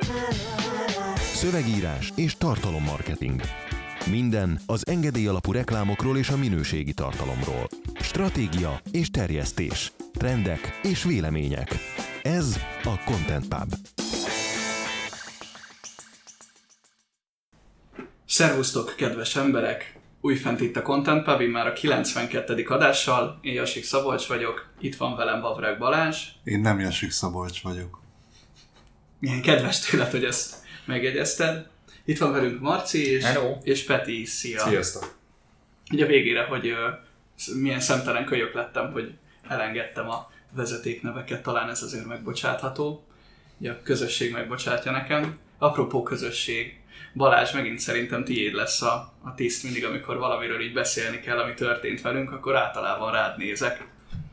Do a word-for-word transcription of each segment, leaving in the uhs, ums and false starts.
Szövegírás és tartalommarketing. Minden az engedély alapú reklámokról és a minőségi tartalomról. Stratégia és terjesztés. Trendek és vélemények. Ez a Content Pub. Szervusztok, kedves emberek! Újfent itt a Content Pub, már a kilencvenkettedik adással. Én Jasik Szabolcs vagyok, itt van velem Vavreg Balázs. Én nem Jasik Szabolcs vagyok. Milyen kedves tőled, hogy ezt megjegyezted. Itt van velünk Marci és, és Peti. Szia! Sziasztok! Ugye a végére, hogy uh, milyen szemtelen kölyök lettem, hogy elengedtem a vezetékneveket, talán ez azért megbocsátható. Ugye a közösség megbocsátja nekem. Apropó közösség, Balázs, megint szerintem tiéd lesz a, a tiszt, mindig amikor valamiről így beszélni kell, ami történt velünk, akkor általában rád nézek.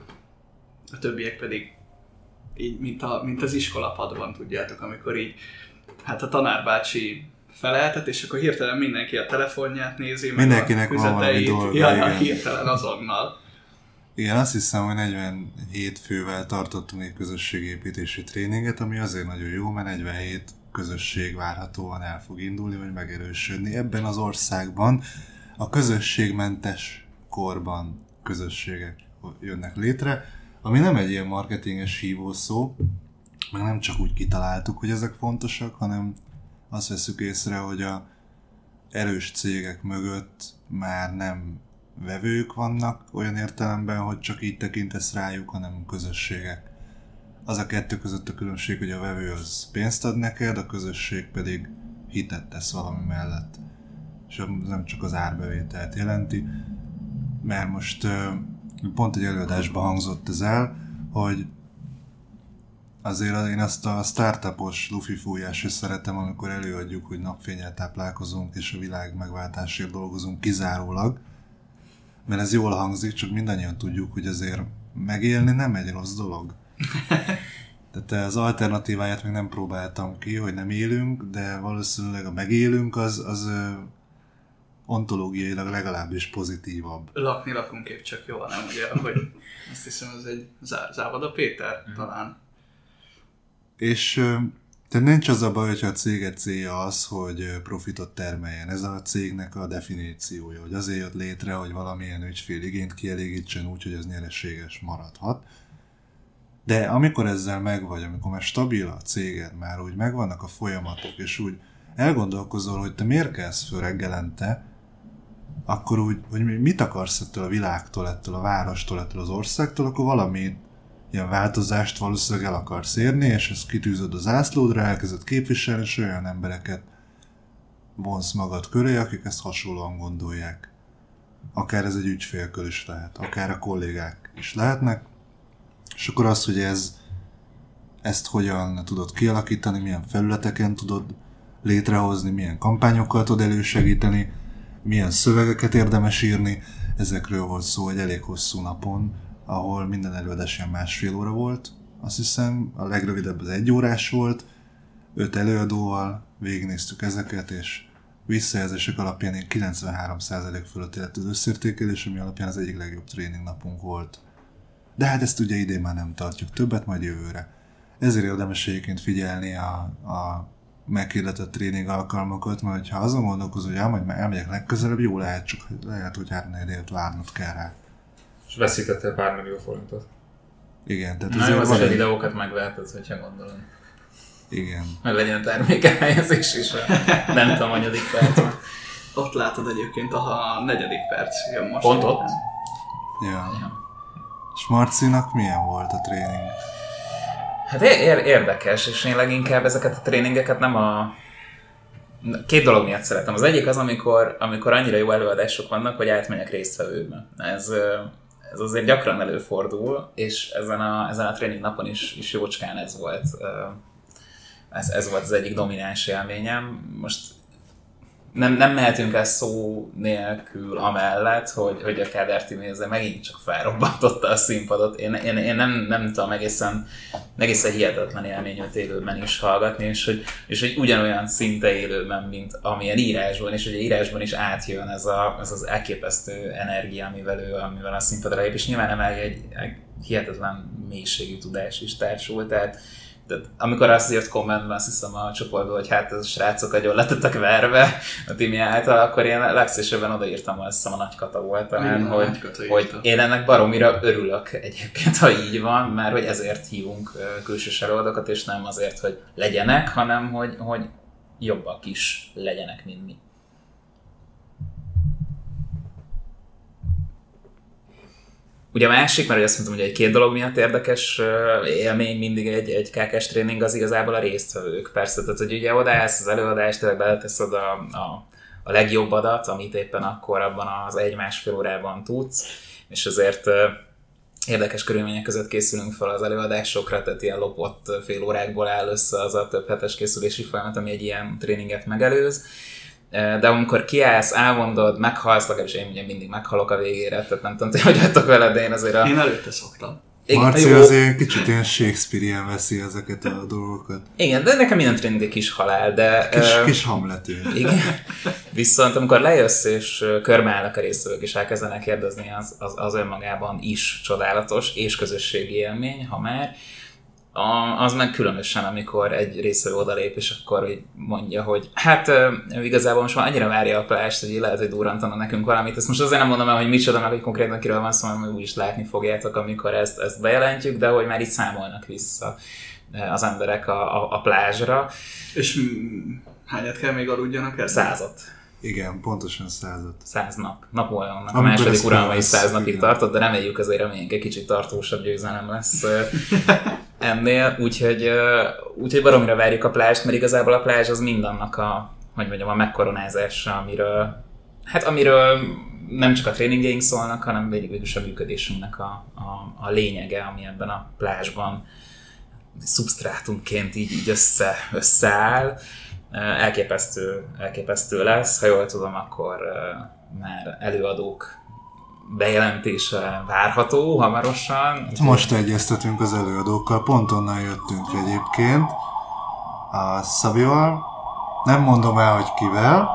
A többiek pedig így, mint, a, mint az iskolapadban, tudjátok, amikor így, hát a tanárbácsi feleltet, és akkor hirtelen mindenki a telefonját nézi, mindenkinek meg van valami dolga, ja, hirtelen azonnal. Igen, azt hiszem, hogy negyvenhét fővel tartottunk egy közösségépítési tréninget, ami azért nagyon jó, mert negyvenhét közösség várhatóan el fog indulni, vagy megerősödni. Ebben az országban a közösségmentes korban közösségek jönnek létre, ami nem egy ilyen marketinges hívószó, meg nem csak úgy kitaláltuk, hogy ezek fontosak, hanem azt veszük észre, hogy a erős cégek mögött már nem vevők vannak olyan értelemben, hogy csak így tekintesz rájuk, hanem közösségek. Az a kettő között a különbség, hogy a vevő az pénzt ad neked, a közösség pedig hitet tesz valami mellett. És nem csak az árbevételt jelenti, mert most pont egy előadásban hangzott ez el, hogy azért én azt a startupos lufifújást is szeretem, amikor előadjuk, hogy napfénnyel táplálkozunk és a világ megváltásért dolgozunk kizárólag, mert ez jól hangzik, csak mindannyian tudjuk, hogy azért megélni nem egy rossz dolog. Tehát az alternatíváját még nem próbáltam ki, hogy nem élünk, de valószínűleg a megélünk az, az ontológiailag legalábbis pozitívabb. Lakni lakunk épp csak jól, nem ugye, hogy azt hiszem ez egy zá- Závada Péter mm. talán. És tehát nincs az a baj, hogyha a céget célja az, hogy profitot termeljen. Ez a cégnek a definíciója, hogy azért jött létre, hogy valamilyen ügyfél igényt kielégítsen úgy, hogy az nyereséges maradhat. De amikor ezzel megvagy, amikor már stabil a céged, már úgy megvannak a folyamatok, és úgy elgondolkozol, hogy te miért kelsz föl reggelente, akkor úgy, hogy mit akarsz ettől a világtól, ettől a várostól, ettől az országtól, akkor valami ilyen változást valószínűleg el akarsz érni, és ezt kitűzöd az zászlódra, elkezded képviselni, és olyan embereket vonsz magad köré, akik ezt hasonlóan gondolják. Akár ez egy ügyfélkör is lehet, akár a kollégák is lehetnek, és akkor az, hogy ez, ezt hogyan tudod kialakítani, milyen felületeken tudod létrehozni, milyen kampányokkal tudod elősegíteni, milyen szövegeket érdemes írni, ezekről volt szó egy elég hosszú napon, ahol minden előadás ilyen másfél óra volt. Azt hiszem, a legrövidebb az egy órás volt, öt előadóval végignéztük ezeket, és visszajelzések alapján én kilencvenhárom százalék fölött lett az összértékelés, ami alapján az egyik legjobb tréning napunk volt. De hát ezt ugye idén már nem tartjuk többet, majd jövőre. Ezért érdemes egyébként figyelni a, a meghirdetett tréning alkalmakat, mert ha azon gondolkozol, hogy majd elmegyek legközelebb, jó lehet, csak lehet, hogy három-négy évet várnod kell rá. És veszítettél pár millió forintot. Igen, tehát azért azért a videókat megveheted, hogyha gondolod. Igen. Meg legyen a termékelhelyezés is a nem tudom, anyadik percben. Ott látod egyébként a negyedik perc jön most. Pont ott? Ja. ja. És Marcinak milyen volt a tréning? Hát ér- érdekes, és én leginkább ezeket a tréningeket nem a... Két dolog miatt szeretem. Az egyik az, amikor, amikor annyira jó előadások vannak, hogy átmenjek résztvevőbe. Ez, ez azért gyakran előfordul, és ezen a, ezen a tréning napon is, is jócskán ez volt. Ez, ez volt az egyik domináns élményem. Most nem, nem mehetünk el szó nélkül amellett, hogy, hogy a Kádár Timi ezzel megint csak felrobbantotta a színpadot. Én, én, én nem, nem tudom, egészen, egészen hihetetlen élmény őt élőben is hallgatni, és hogy, és hogy ugyanolyan szinte élőben, mint amilyen írásban, és ugye írásban is átjön ez, a, ez az elképesztő energia, amivel ő amivel a színpadra lép, és nyilván emellé egy, egy hihetetlen mélységű tudás is társul, tehát Tehát amikor azt jött kommentben, azt hiszem a csoportban, hogy hát ez a srácok agyon letettek verve a Timi által, akkor én legszívesebben odaírtam, azt hiszem a Nagy Kata volt talán, Igen, hogy, hogy én ennek baromira örülök egyébként, ha így van, mert hogy ezért hívunk külsős előadókat, és nem azért, hogy legyenek, hanem hogy, hogy jobbak is legyenek, mint mi. Ugye a másik, mert azt mondtam, hogy egy két dolog miatt érdekes élmény mindig egy, egy ká ká es tréning, az igazából a résztvevők. Persze, tehát hogy ugye odaállsz az előadást, tényleg beleteszed a, a, a legjobbadat, amit éppen akkor abban az egy-másfél órában tudsz, és azért érdekes körülmények között készülünk fel az előadásokra, tehát ilyen lopott fél órákból áll össze az a több hetes készülési folyamat, ami egy ilyen tréninget megelőz. De amikor kiállsz, elmondod, meghalsz, legalábbis én ugye mindig meghalok a végére, tehát nem tudom, hogy vagytok veled, de én azért a... Én előtte szoktam. Igen, Marci jó... azért kicsit ilyen Shakespeare-ilyen veszi ezeket a dolgokat. Igen, de nekem minden tréning egy kis halál, de... Kis, uh, kis Hamlet. Igen. Viszont amikor lejössz és körbeállnak a résztvevők és elkezdenek kérdezni, az, az, az önmagában is csodálatos és közösségi élmény, ha már. A, az meg különösen, amikor egy részvevő odalép, és akkor így mondja, hogy hát igazából most már annyira várja a plást, hogy lehet, hogy durrantana nekünk valamit. Ezt most azért nem mondom el, hogy micsoda, meg hogy konkrétan kiről van szó, mert úgyis látni fogjátok, amikor ezt, ezt bejelentjük, de hogy már így számolnak vissza az emberek a, a, a plázsra. És hányat kell még aludjanak el? Százat. Igen, pontosan százat. Száz nap. Napóleonnak a második uralma is száz napig igen. tartott, de reméljük azért reméljünk egy kicsit tartósabb győzelem lesz ennél. Úgyhogy, úgyhogy baromira várjuk a plást, mert igazából a plázs az mindannak a, hogy mondjam, a megkoronázása, amiről, hát amiről nem csak a tréningjeink szólnak, hanem végülis a működésünknek a, a, a lényege, ami ebben a plázsban szubsztrátumként így, így össze, összeáll. Elképesztő, elképesztő lesz, ha jól tudom, akkor már előadók bejelentése várható hamarosan. Most egyeztetünk az előadókkal, pont onnan jöttünk egyébként a Szabival. Nem mondom el, hogy kivel,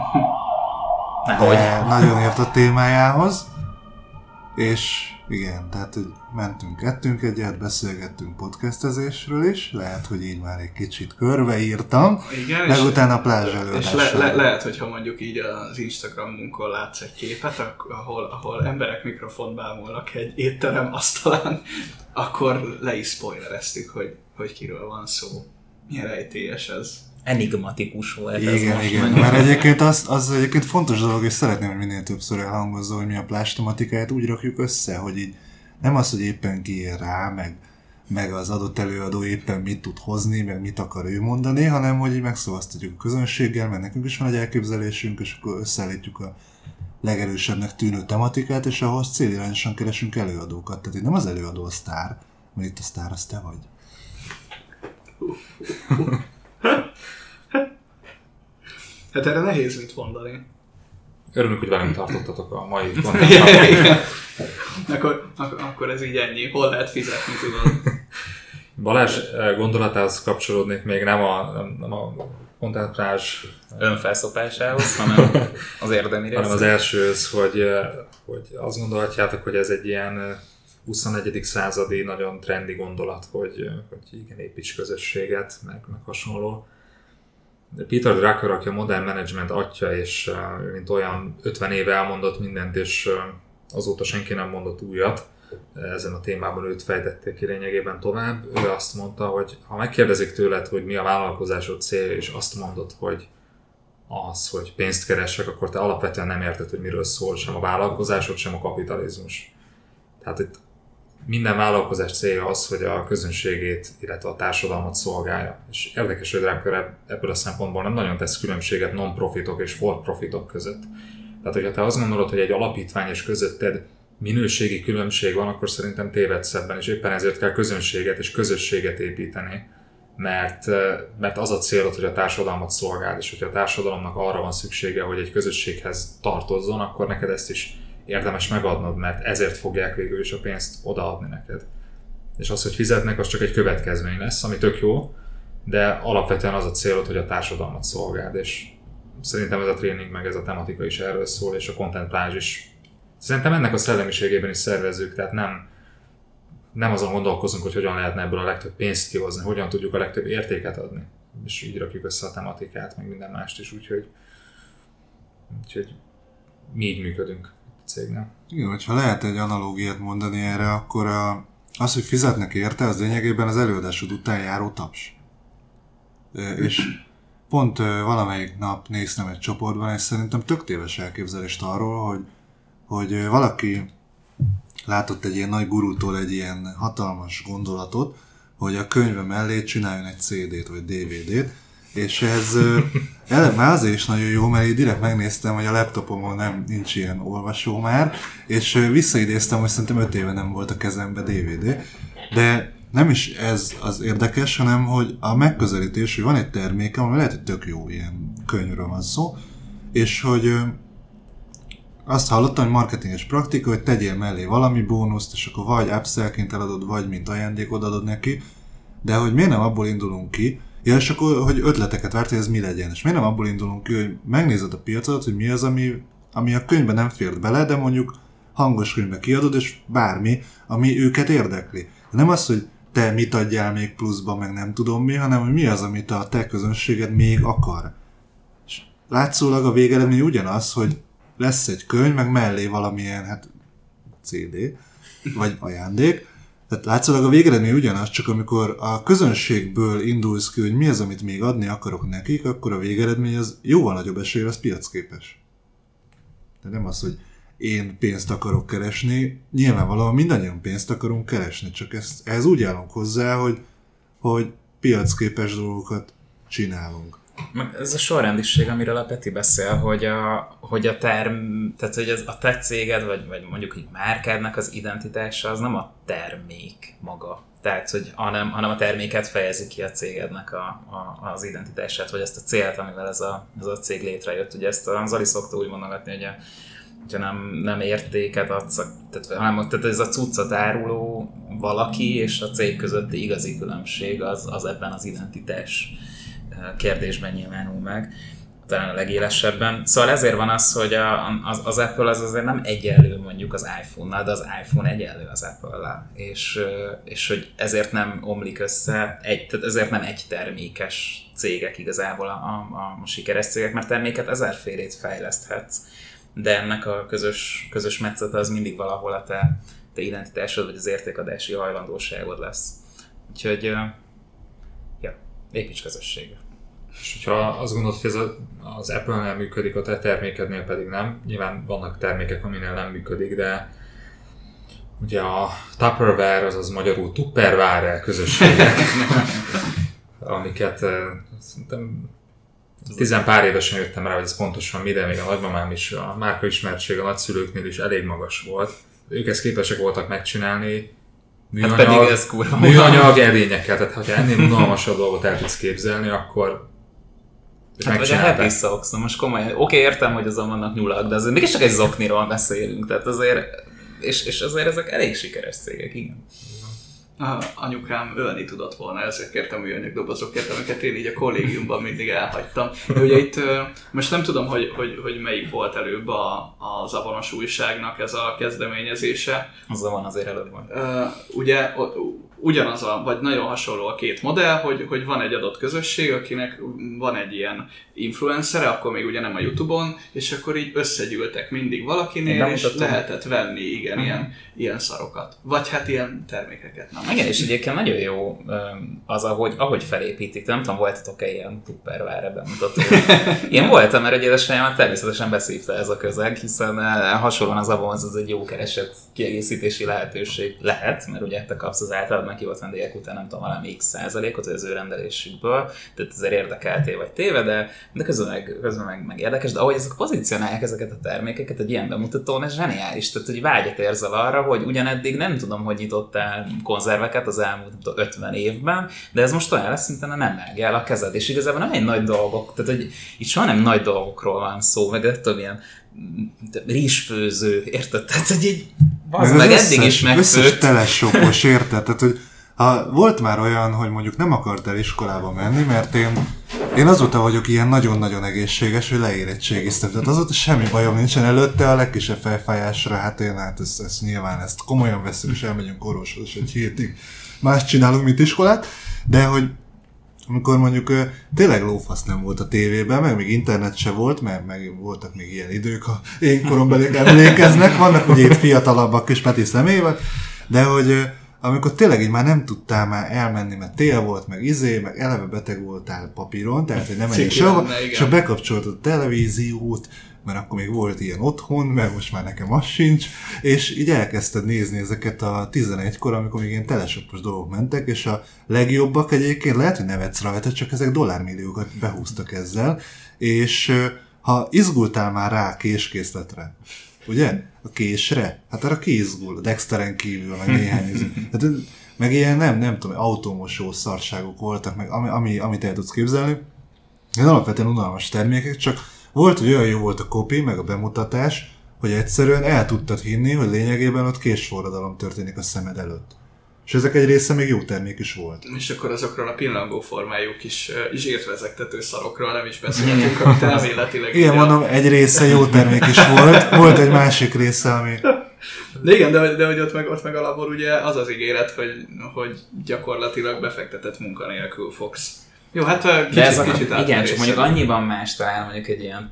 de nagyon ért a témájához. És igen, tehát hogy mentünk, ettünk egyet, beszélgettünk podcastezésről is, lehet, hogy így már egy kicsit körbeírtam, igen, meg utána a plázs előadásra. És le, le, lehet, hogyha mondjuk így az Instagramunkon látsz egy képet, ahol, ahol emberek mikrofont bámulnak egy étterem asztalán, akkor le is spoilereztük, hogy, hogy kiről van szó. Milyen rejtélyes ez. Enigmatikus volt igen, ez igen, most. Igen, mert egyébként az, az egyébként fontos dolog, és szeretném, hogy minél többször elhangozza, hogy mi a plázs tematikáját úgy rakjuk össze, hogy így nem az, hogy éppen ki ér rá, meg, meg az adott előadó éppen mit tud hozni, meg mit akar ő mondani, hanem hogy így megszavaztatjuk a közönséggel, mert nekünk is van egy elképzelésünk, és akkor összeállítjuk a legerősebbnek tűnő tematikát, és ahhoz célirányosan keresünk előadókat. Tehát itt nem az előadó a sztár, mert itt a sztár az te vagy. Hát erre nehéz mit mondani. Örülünk, hogy velünk tartottatok a mai kontentet. akkor, ak- akkor ez így ennyi. Hol lehet fizetni, tudod? Balázs gondolatához kapcsolódnék még nem a, nem a kontentrás önfelszopásához, hanem az érdemi rész. Hanem az elsőhöz, hogy, hogy azt gondolhatjátok, hogy ez egy ilyen huszonegyedik századi nagyon trendi gondolat, hogy, hogy igen, építs közösséget, meg, meg hasonló. Peter Drucker, aki a modern management atya, és uh, mint olyan ötven éve elmondott mindent, és uh, azóta senki nem mondott újat, ezen a témában őt fejtették ki lényegében tovább. Ő azt mondta, hogy ha megkérdezik tőled, hogy mi a vállalkozásod célja, és azt mondod, hogy az, hogy pénzt keresek, akkor te alapvetően nem érted, hogy miről szól sem a vállalkozásod, sem a kapitalizmus. Tehát itt minden vállalkozás célja az, hogy a közönségét, illetve a társadalmat szolgálja. És érdekes, hogy Drucker ebből a szempontból nem nagyon tesz különbséget non-profitok és for-profitok között. Tehát, hogyha te azt gondolod, hogy egy alapítvány és közötted minőségi különbség van, akkor szerintem tévedsz ebben, és éppen ezért kell közönséget és közösséget építeni. Mert, mert az a célod, hogy a társadalmat szolgáld, és hogyha a társadalomnak arra van szüksége, hogy egy közösséghez tartozzon, akkor neked ezt is érdemes megadnod, mert ezért fogják végül is a pénzt odaadni neked. És az, hogy fizetnek, az csak egy következmény lesz, ami tök jó, de alapvetően az a célod, hogy a társadalmat szolgáld, és szerintem ez a tréning, meg ez a tematika is erről szól, és a content plázs is. Szerintem ennek a szellemiségében is szervezzük, tehát nem, nem azon gondolkozunk, hogy hogyan lehetne ebből a legtöbb pénzt kihozni, hogyan tudjuk a legtöbb értéket adni. És így rakjuk össze a tematikát, meg minden mást is, úgyhogy, úgyhogy mi így működünk a cégnél. Igen, hogyha lehet egy analógiát mondani erre, akkor a, az, hogy fizetnek érte, az lényegében az előadásod után járó taps. És pont valamelyik nap néztem egy csoportban, és szerintem tök téves elképzelést arról, hogy, hogy valaki látott egy ilyen nagy gurútól egy ilyen hatalmas gondolatot, hogy a könyve mellé csináljon egy cé dét vagy dé vé dét, és ez ele, már azért is nagyon jó, mert így direkt megnéztem, hogy a laptopomon nem nincs ilyen olvasó már, és visszaidéztem, hogy szerintem öt éve nem volt a kezembe dé vé dé, de nem is ez az érdekes, hanem hogy a megközelítés, hogy van egy termékem, ami lehet, hogy tök jó ilyen könyvről van szó, és hogy azt hallottam, hogy marketinges praktika, hogy tegyél mellé valami bónuszt, és akkor vagy upsellként eladod, vagy mint ajándékot adod neki, de hogy miért nem abból indulunk ki, ja, és akkor, hogy ötleteket várt, hogy ez mi legyen, és miért nem abból indulunk ki, hogy megnézed a piacot, hogy mi az, ami, ami a könyvben nem fért bele, de mondjuk hangos könyvbe kiadod, és bármi, ami őket érdekli. Nem az, hogy te mit adjál még pluszba, meg nem tudom mi, hanem hogy mi az, amit a te közönséged még akar. És látszólag a végeredmény ugyanaz, hogy lesz egy könyv, meg mellé valamilyen, hát cé dé, vagy ajándék. Tehát látszólag a végeredmény ugyanaz, csak amikor a közönségből indulsz ki, hogy mi az, amit még adni akarok nekik, akkor a végeredmény az jóval nagyobb eséllyel az piacképes. De nem az, hogy én pénzt akarok keresni, nyilvánvalóan mindannyian pénzt akarunk keresni, csak ezt, ehhez úgy állunk hozzá, hogy, hogy piacképes dolgokat csinálunk. Ez a sorrendiség, amiről a Peti beszél, hogy a, hogy a term, tehát hogy az, a te céged, vagy, vagy mondjuk egy márkádnak az identitása, az nem a termék maga. Tehát, hogy hanem, hanem a terméket fejezi ki a cégednek a, a, az identitását, vagy ezt a célt, amivel ez a, ez a cég létrejött. Ugye ezt a Zoli szokta úgy mondogatni, hogy a, hogyha nem, nem értéket adsz, tehát, hanem tehát ez a cuccot áruló valaki és a cég közötti igazi különbség az, az ebben az identitás kérdésben nyilvánul meg, talán a legélesebben. Szóval ezért van az, hogy a, az, az Apple az azért nem egyenlő mondjuk az iPhone-nal, de az iPhone egyenlő az Apple-lel. És, és hogy ezért nem omlik össze, egy, tehát ezért nem egy termékes cégek igazából a, a, a sikeres cégek, mert terméket ezerfélét fejleszthetsz, de ennek a közös, közös metszete az mindig valahol a te, te identitásod, vagy az értékadási hajlandóságod lesz. Úgyhogy ja, építs közösségre. És hogyha azt gondolod, hogy ez a, az Apple-nél működik, a te termékednél pedig nem. Nyilván vannak termékek, aminél nem működik, de ugye a Tupperware, azaz magyarul Tupperware közösségek, amiket szerintem tizen pár évesen jöttem rá, hogy ez pontosan mi, de még a nagymamám is, a márkaismertség a nagyszülőknél is elég magas volt. Ők ezt képesek voltak megcsinálni műanyag, hát műanyag edényekkel, tehát ha ennél unalmasabb dolgot el tudsz képzelni, akkor hát vagy a Happy Socks, most komolyan, oké, okay, értem, hogy azon vannak nyulak, de azért mégis csak egy zokniról beszélünk, tehát azért, és, és azért ezek elég sikeres cégek, igen. A anyukám ölni tudott volna ezekért a műanyag dobozokért, amiket én így a kollégiumban mindig elhagytam. De ugye itt most nem tudom, hogy, hogy, hogy melyik volt előbb a, az Avonos újságnak ez a kezdeményezése. Azzal van azért előbb van. Uh, ugye ugyanaz a, vagy nagyon hasonló a két modell, hogy, hogy van egy adott közösség, akinek van egy ilyen influencere, akkor még ugye nem a YouTube-on, és akkor így összegyűltek mindig valakinél, és mutatom. Lehetett venni igen, ilyen, ilyen szarokat. Vagy hát ilyen termékeket. Nem igen, és egyébként nagyon jó az, ahogy, ahogy felépítik. Nem tudom, voltatok-e ilyen Tupperware bemutató? Én voltam, mert egy édesanyámat természetesen beszívta ez a közeg, hiszen hasonlóan az Avonhoz az egy jó keresett kiegészítési lehetőség lehet, mert ugye te kapsz az általad meghívott vendégek után nem tudom, valami x százalékot az ő rendelésükből, tehát ezért érdekeltél vagy téve, de, de közben, meg, közben meg, meg érdekes, de ahogy ezek pozícionálják ezeket a termékeket egy ilyen bemutatón, ez zseniális, tehát hogy vágyat érzel arra, hogy ugyaneddig nem tudom, hogy nyitottál konzerveket az elmúlt ötven évben, de ez most olyan lesz, szintén nem megjel a kezed, és igazából nem egy nagy dolgok, tehát hogy itt soha nem nagy dolgokról van szó, meg de több ilyen rizsfőző, érted? Tehát, hogy így bazd meg, eddig is megfőtt. Összes telesopos, érted? Tehát, hogy Ha volt már olyan, hogy mondjuk nem akartál iskolába menni, mert én, én azóta vagyok ilyen nagyon-nagyon egészséges, hogy leérettségiztem. Tehát azóta semmi bajom nincsen előtte, a legkisebb fejfájásra, hát én hát ezt, ezt nyilván ezt komolyan veszünk, és elmegyünk orvoshoz, és egy hétig más csinálunk, mint iskolát, de hogy amikor mondjuk tényleg lófasz nem volt a tévében, meg még internet se volt, mert meg voltak még ilyen idők, ha én korombeliek emlékeznek, vannak ugye itt fiatalabbak és Peti személyek, de hogy amikor tényleg így már nem tudtál már elmenni, mert tél volt, meg izé, meg eleve beteg voltál papíron, tehát hogy nem menjél sehova, és ha bekapcsoltad a televíziót, mert akkor még volt ilyen otthon, mert most már nekem az sincs, és így elkezdted nézni ezeket a tizenegykor, amikor még ilyen telesopos dolgok mentek, és a legjobbak egyébként, lehet, hogy nevetsz rajta, csak ezek dollármilliókat behúztak ezzel, és ha izgultál már rá késkészletre, ugye? A késre? Hát arra ki izgul, a Dexteren kívül, meg néhány izgul. Hát, meg ilyen nem, nem tudom, automosó szarságok voltak, meg ami, ami, amit el tudsz képzelni. Ez alapvetően unalmas termékek, csak volt, hogy olyan jó volt a copy, meg a bemutatás, hogy egyszerűen el tudtad hinni, hogy lényegében ott késforradalom történik a szemed előtt. És ezek egy része még jó termék is volt. És akkor azokról a pillangó formájú kis uh, zsírtvezektető szarokról nem is beszélhetünk, amit elméletileg... Igen, mondom, egy része jó termék is volt, volt egy másik része, ami... De igen, de, de hogy ott meg, ott meg alapból ugye az az ígéret, hogy, hogy gyakorlatilag befektetett munkanélkül fogsz. Jó, hát kicsit, de ez a, kicsit igen, csak mondjuk annyiban más talán mondjuk egy ilyen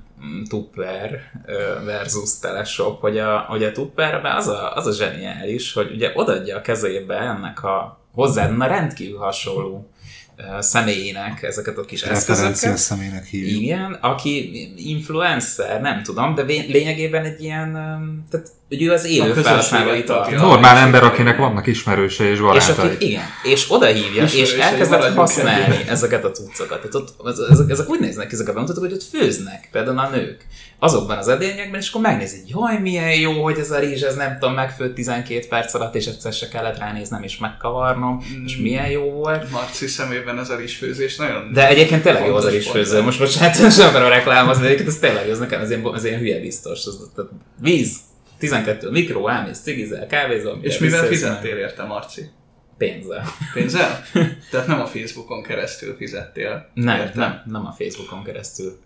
Tupper versus Teleshop, hogy a, hogy a Tupperben az a, az a zseniális, hogy ugye odaadja a kezébe ennek a hozzád na rendkívül hasonló uh, személyének ezeket a kis eszközöket. Személynek hívjuk. Igen, aki influencer, nem tudom, de lényegében egy ilyen, tehát ugye az élő felhasználói tartja. Normál ember, akinek vannak ismerősei és barátai. És aki, igen, és odahívja, és elkezdett használni ezeket a cuccokat. Tehát ott, ezek, ezek úgy néznek ki, ezek a bemutatók, hogy ott főznek, például a nők. Azokban az edényekben, és akkor megnézik, jaj, milyen jó, hogy ez a rizs, ez nem tudom, megfőtt tizenkét perc alatt, és egyszer se kellett ránéznem, és megkavarnom, mm. és milyen jó volt. Marci szemében ez a rizsfőzés nagyon... De egyébként tényleg jó az a rizsfőző. Most most hát sem akarom reklámozni, de egyébként ez tényleg, ez nekem az ilyen, az ilyen hülye biztos. Az, tehát víz, tizenkető mikro, elmész, cigizel, kávézol. És mivel fizettél érte, Marci? Pénzzel. Pénzzel? Tehát nem a Facebookon keresztül fizettél? Nem, érte? nem, nem a Facebookon keresztül.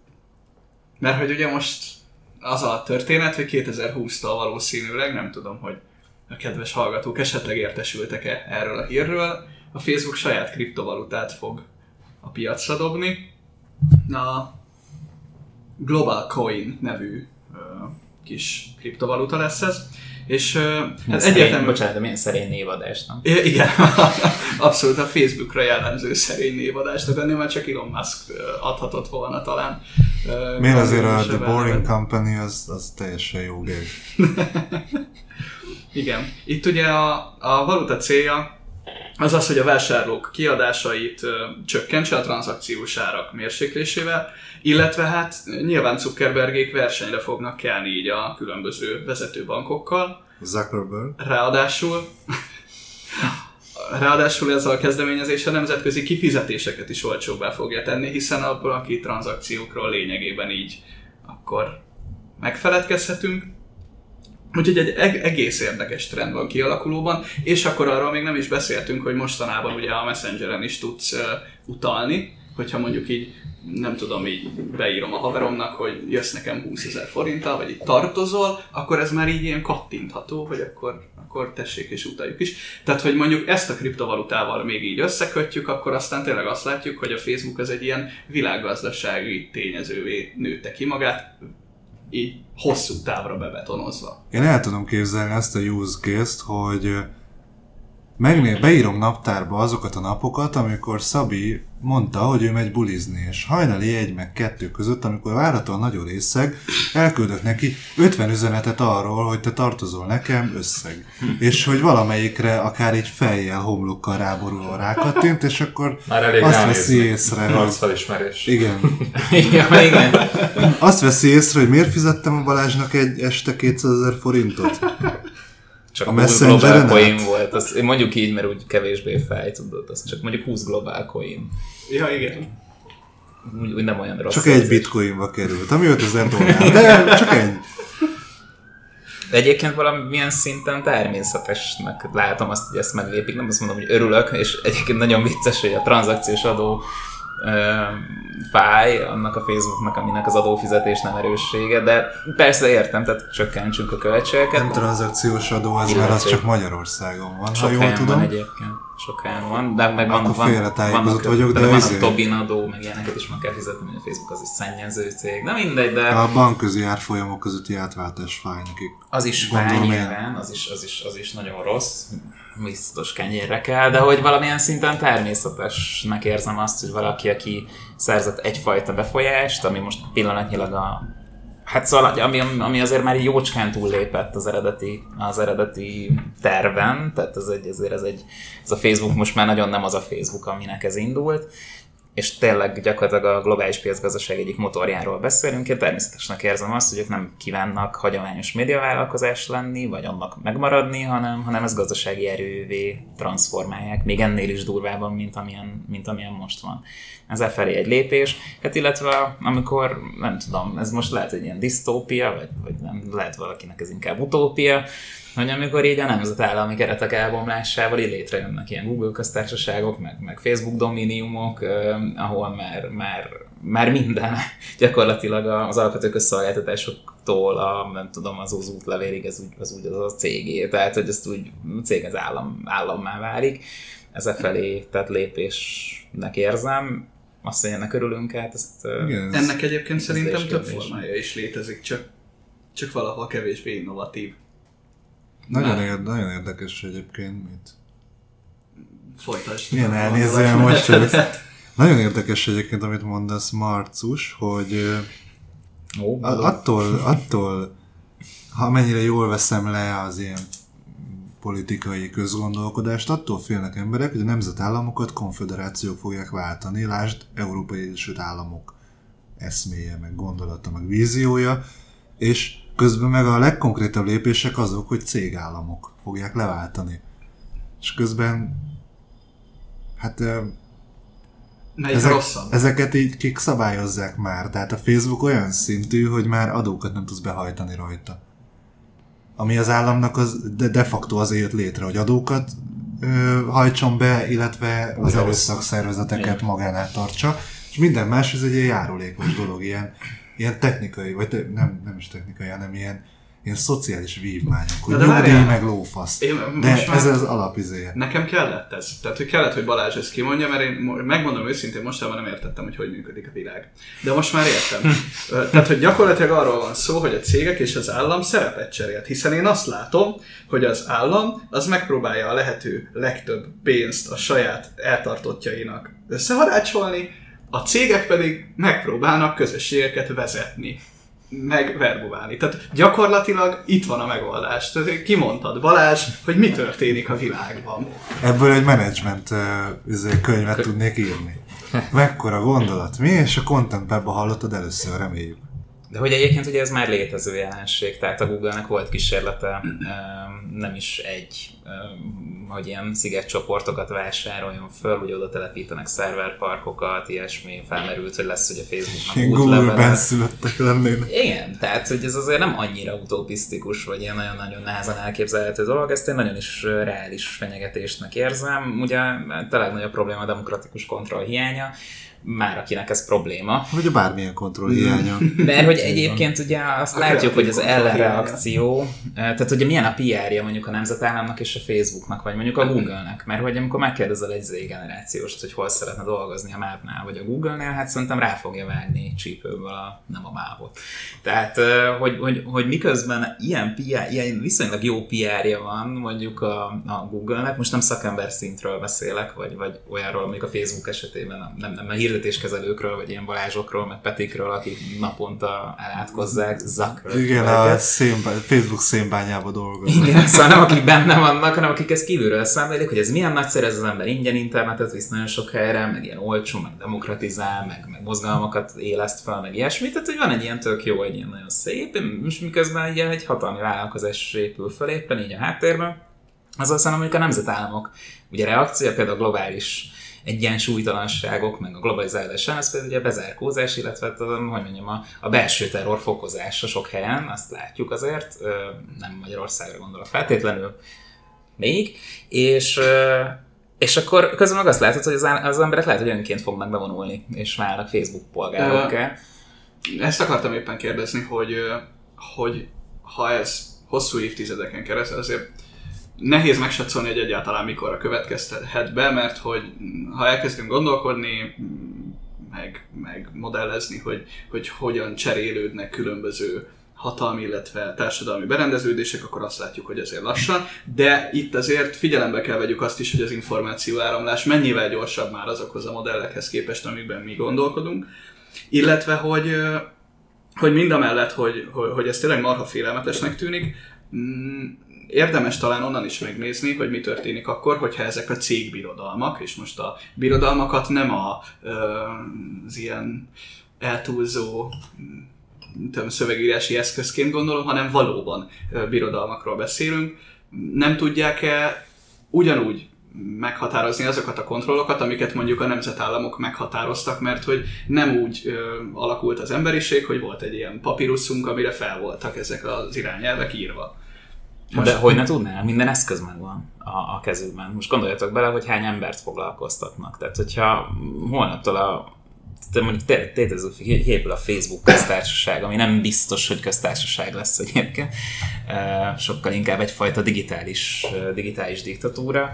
Mert hogy ugye most az a történet, hogy kétezer-húsztól valószínűleg, nem tudom, hogy a kedves hallgatók esetleg értesültek-e erről a hírről, a Facebook saját kriptovalutát fog a piacra dobni. A Global Coin nevű ö, kis kriptovaluta lesz ez. És hát egyértelmű... Bocsánat, de milyen szerény névadás, nem? Igen, abszolút a Facebookra jellemző szerény névadás, tehát ennél már csak Elon Musk adhatott volna talán. Miért azért a The Boring Company az, az teljesen jó gég. Igen. Itt ugye a, a valuta célja az az, hogy a vásárlók kiadásait ö, csökkentse a tranzakciós árak mérséklésével, illetve hát nyilván Zuckerbergék versenyre fognak kelni így a különböző vezetőbankokkal. Zuckerberg. Ráadásul, ráadásul ez a kezdeményezés a nemzetközi kifizetéseket is olcsóbbá fogja tenni, hiszen a banki tranzakciókról lényegében így akkor megfeledkezhetünk. Úgyhogy egy egész érdekes trend van kialakulóban, és akkor arról még nem is beszéltünk, hogy mostanában ugye a Messengeren is tudsz uh, utalni, hogyha mondjuk így, nem tudom, így beírom a haveromnak, hogy jössz nekem húszezer forinttal, vagy így tartozol, akkor ez már így ilyen kattintható, hogy akkor, akkor tessék és utaljuk is. Tehát, hogy mondjuk ezt a kriptovalutával még így összekötjük, akkor aztán tényleg azt látjuk, hogy a Facebook az egy ilyen világgazdasági tényezővé nőtte ki magát, így hosszú távra bebetonozva. Én el tudom képzelni azt a use case-t, hogy megné, beírom naptárba azokat a napokat, amikor Szabi mondta, hogy ő megy bulizni, és hajnali egy meg kettő között, amikor várhatóan nagyon részeg, elküldök neki ötven üzenetet arról, hogy te tartozol nekem, összeg. És hogy valamelyikre akár egy fejjel, homlokkal ráborulva rákattint, és akkor azt veszi észre. Arcfelismerés. Igen. ja, igen. Azt veszi észre, hogy miért fizettem a Balázsnak egy este kétszázezer forintot. Csak a húsz global coin volt, azt mondjuk így, mert úgy kevésbé fáj, tudod, az csak mondjuk húsz global coin. Ja, igen. Úgy, úgy nem olyan rossz. Csak egy bitcoinba került, ami ötezer dollár, de csak egy. De egyébként valamilyen szinten természetesnek látom azt, hogy ezt meglépik. Nem azt mondom, hogy örülök, és egyébként nagyon vicces, hogy a tranzakciós adó fáj annak a Facebooknak, aminek az adófizetés nem erőssége, de persze értem, tehát csökkentsünk a költségeket. Nem tranzakciós adó, az mert az csak Magyarországon van, sok ha jól helyen tudom. Van egyébként, sok helyen van, de meg van, Akkor van, félretájékozott vannak, vagyok, de van ezért... a Tobin adó, meg ilyeneket is meg kell fizetni, hogy a Facebook az is szennyező cég, de mindegy, de... A bankközi árfolyamok közötti átváltás fáj nekik. Az is fáj nyilván, az is, az, is, az is nagyon rossz, biztos kenyérre kell, de hogy valamilyen szinten természetesnek érzem azt, hogy valaki, aki szerzett egyfajta befolyást, ami most pillanatnyilag a... Hát szóval, ami, ami azért már jócskán túllépett az eredeti, az eredeti terven, tehát ez egy, ezért ez, egy, ez a Facebook most már nagyon nem az a Facebook, aminek ez indult, és tényleg gyakorlatilag a globális piacgazdaság egyik motorjáról beszélünk. Én természetesnek érzem azt, hogy ők nem kívánnak hagyományos médiavállalkozás lenni, vagy annak megmaradni, hanem, hanem ezt gazdasági erővé transformálják, még ennél is durvában, mint amilyen, mint amilyen most van. Ez felé egy lépés, hát illetve amikor, nem tudom, ez most lehet egy ilyen disztópia, vagy, vagy nem, lehet valakinek ez inkább utópia, hogy amikor így a nemzetállami keretek elbomlásával így létrejönnek ilyen Google köztársaságok, meg, meg Facebook dominiumok, eh, ahol már, már, már minden gyakorlatilag az alapvető közszolgáltatásoktól a, nem tudom, az az útlevélig ez úgy az, úgy az a cégé, tehát hogy ezt úgy a cég az állam, állammá válik. Ez e felé tett lépésnek érzem. Azt, hogy ennek örülünk át, ezt... Igen, ennek egyébként szerintem több formája is létezik, csak, csak valahol kevésbé innovatív. Nagyon, érde, nagyon érdekes egyébként, mit? Folytasd. Milyen elnézően most. Nagyon érdekes egyébként, amit mondasz, Marcus, hogy Ó, attól, attól, ha mennyire jól veszem le az ilyen politikai közgondolkodást, attól félnek emberek, hogy a nemzetállamokat konföderációk fogják váltani, lásd Európai Egyesült Államok eszméje, meg gondolata, meg víziója, és közben meg a legkonkrétabb lépések azok, hogy cégállamok fogják leváltani. És közben hát ezek, ezeket így kik szabályozzák már. Tehát a Facebook olyan szintű, hogy már adókat nem tudsz behajtani rajta. Ami az államnak az de, de facto azért jött létre, hogy adókat ö, hajtson be, illetve az erőszakszervezeteket magánál tartsa, és minden más, ez egy ilyen járulékos dolog, ilyen, ilyen technikai, vagy te, nem, nem is technikai, hanem ilyen, ilyen szociális vívmányok, hogy nyugdíj meg lófasz. Én, de ez az alapizéje. Nekem kellett ez. Tehát, hogy kellett, hogy Balázs ezt kimondja, mert én megmondom őszintén, mostában nem értettem, hogy hogy működik a világ. De most már értem. Tehát, hogy gyakorlatilag arról van szó, hogy a cégek és az állam szerepet cserélt. Hiszen én azt látom, hogy az állam az megpróbálja a lehető legtöbb pénzt a saját eltartottjainak összeharácsolni, a cégek pedig megpróbálnak közösségeket vezetni, meg verbuválni. Tehát gyakorlatilag itt van a megoldás. Tehát kimondtad, Balázs, hogy mi történik a világban. Ebből egy menedzsment uh, könyvet Kö... tudnék írni. Mekkora gondolat, mi? És a Content Webben hallottad először, reméljük. De hogy egyébként ugye ez már létező jelenség, tehát a Google-nek volt kísérlete, nem is egy, hogy ilyen szigetcsoportokat vásároljon föl, ugye oda telepítenek szerverparkokat, ilyesmi, felmerült, hogy lesz, hogy a Facebooknak útlevele. Google-ben születtek lennének. Igen, tehát hogy ez azért nem annyira utopisztikus, vagy ilyen nagyon-nagyon nehezen elképzelhető dolog, ezt én nagyon is reális fenyegetésnek érzem. Ugye a legnagyobb probléma a demokratikus kontroll hiánya, már akinek ez probléma. Vagy a bármilyen kontroll hiánya. Mert hogy egyébként ugye azt a látjuk, hogy az ellenreakció, tehát ugye milyen a pé er-je mondjuk a nemzetállamnak és a Facebooknak, vagy mondjuk a Google-nek, mert hogy amikor megkérdezel egy Z-generációst, hogy hol szeretne dolgozni, a Mávnál vagy a Google-nél, hát szerintem rá fogja vágni csípőből a, nem a Mávot. Tehát, hogy, hogy, hogy miközben ilyen, pé er, ilyen viszonylag jó pé er-je van mondjuk a, a Google-nek, most nem szakember szintről beszélek, vagy, vagy olyanról, mondjuk a Facebook esetében, nem, nem a hirdetéskezelőkről, vagy ilyen Balázsokról, meg Petikről, akik naponta elátkozzák Zuckerberg. Igen, a szénbá... Facebook szénbányában dolgoznak. Igen, szóval nem akik benne vannak, hanem akik ezt kívülről szemlélik, hogy ez milyen nagyszerű, ez az ember ingyen internetet visz nagyon sok helyre, meg ilyen olcsó, meg demokratizál, meg, meg mozgalmakat éleszt fel, meg ilyesmi. Tehát, hogy van egy ilyen tök jó, egy ilyen nagyon szép, és miközben ugye egy hatalmi vállalkozás épül fel éppen így a háttérben. Azzal szemben mondjuk a nemzetállamok ugye reakció, például a globális egyensúlytalanságok, meg a globalizálás, ez pedig ugye a bezárkózás, illetve hogy mondjam, a, a belső terror fokozása sok helyen, azt látjuk azért, nem Magyarországra gondolok feltétlenül még, és, és akkor közben meg azt látod, hogy az, az emberek lehet, hogy önként fognak bevonulni, és válnak Facebook polgárokká. Ezt akartam éppen kérdezni, hogy, hogy ha ez hosszú évtizedeken keresztül, azért nehéz megsatszolni, hogy egyáltalán mikorra következhet be, mert hogy ha elkezdünk gondolkodni, meg, meg modellezni, hogy, hogy hogyan cserélődnek különböző hatalmi, illetve társadalmi berendeződések, akkor azt látjuk, hogy azért lassan, de itt azért figyelembe kell vegyük azt is, hogy az információáramlás mennyivel gyorsabb már azokhoz a modellekhez képest, amikben mi gondolkodunk, illetve hogy, hogy mindamellett, hogy, hogy, hogy ez tényleg marha félelmetesnek tűnik, érdemes talán onnan is megnézni, hogy mi történik akkor, hogyha ezek a cégbirodalmak, és most a birodalmakat nem a, az ilyen eltúlzó tudom, szövegírási eszközként gondolom, hanem valóban birodalmakról beszélünk. Nem tudják-e ugyanúgy meghatározni azokat a kontrollokat, amiket mondjuk a nemzetállamok meghatároztak, mert hogy nem úgy ö, alakult az emberiség, hogy volt egy ilyen papiruszunk, amire fel voltak ezek az irányelvek írva. Most de hogy ne tudnál? Minden eszköz megvan a, a kezükben. Most gondoljatok bele, hogy hány embert foglalkoztatnak. Tehát, hogyha holnaptól a mondjuk tétezzük, épül a Facebook köztársaság, ami nem biztos, hogy köztársaság lesz egyébként, sokkal inkább egyfajta digitális, digitális diktatúra,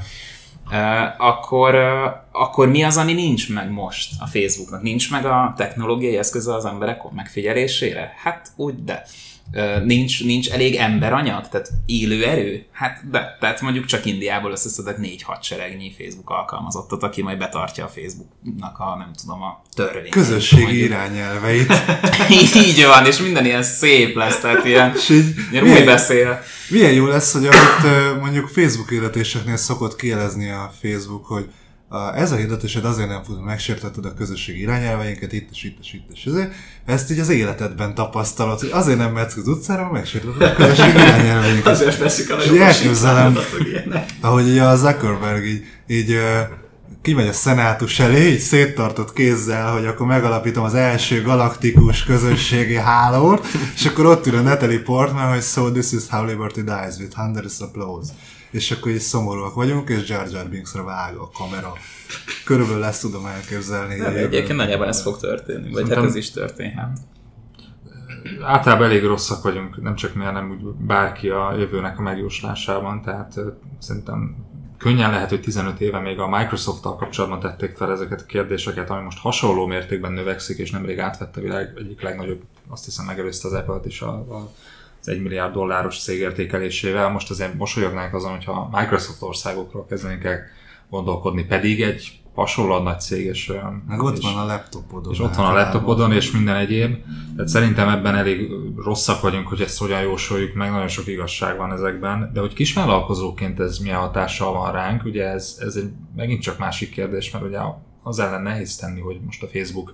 akkor, akkor mi az, ami nincs meg most a Facebooknak? Nincs meg a technológiai eszköze az emberek megfigyelésére? Hát úgy, de. Nincs, nincs elég emberanyag, tehát élő erő? Hát de, tehát mondjuk csak Indiából összeszedek négy hadseregnyi Facebook alkalmazottat, aki majd betartja a Facebooknak a, nem tudom, a törvényt. Közösségi irányelveit. Így van, és minden ilyen szép lesz, tehát ilyen, ilyen milyen, úgy beszél. Milyen jó lesz, hogy amit mondjuk Facebook hirdetéseknél szokott kielezni a Facebook, hogy a, ez a hirdetésed azért nem fut, megsértetted a közösségi irányelveinket, itt és itt és itt és ezért. Ezt így az életedben tapasztalod, hogy azért nem mehetsz az utcára, mert megsértetted a közösségi irányelveinket. Azért veszik a nagyobb elképzelem, ahogy ugye a Zuckerberg így, így kimegy a szenátus elé, így széttartott kézzel, hogy akkor megalapítom az első galaktikus közösségi hálót, és akkor ott ül a Natalie Portman, hogy so this is how liberty dies with hundreds of applause. És akkor így szomorúak vagyunk, és Jar Jar Binksra vág a kamera. Körülbelül ezt tudom elképzelni. Nem, egyébként nagyjából ez fog történni, vagy szerintem hát ez is történhet. Általában elég rosszak vagyunk, nem csak mi, hanem úgy bárki a jövőnek a megjóslásában, tehát szerintem könnyen lehet, hogy tizenöt éve még a Microsoft-tal kapcsolatban tették fel ezeket a kérdéseket, ami most hasonló mértékben növekszik, és nemrég átvette a világ egyik legnagyobb, azt hiszem megelőzte az Apple-t is a, a az egy milliárd dolláros cég értékelésével. Most azért mosolyognánk azon, hogyha a Microsoft országokról kezdenénk el gondolkodni, pedig egy hasonlóan nagy cég, és, meg ott és, van a laptopodon. És ott van a laptopodon, és minden egyéb. Tehát szerintem ebben elég rosszak vagyunk, hogy ezt hogyan jósoljuk meg, nagyon sok igazság van ezekben. De hogy kisvállalkozóként ez milyen hatással van ránk, ugye ez, ez egy megint csak másik kérdés, mert ugye az ellen nehéz tenni, hogy most a Facebook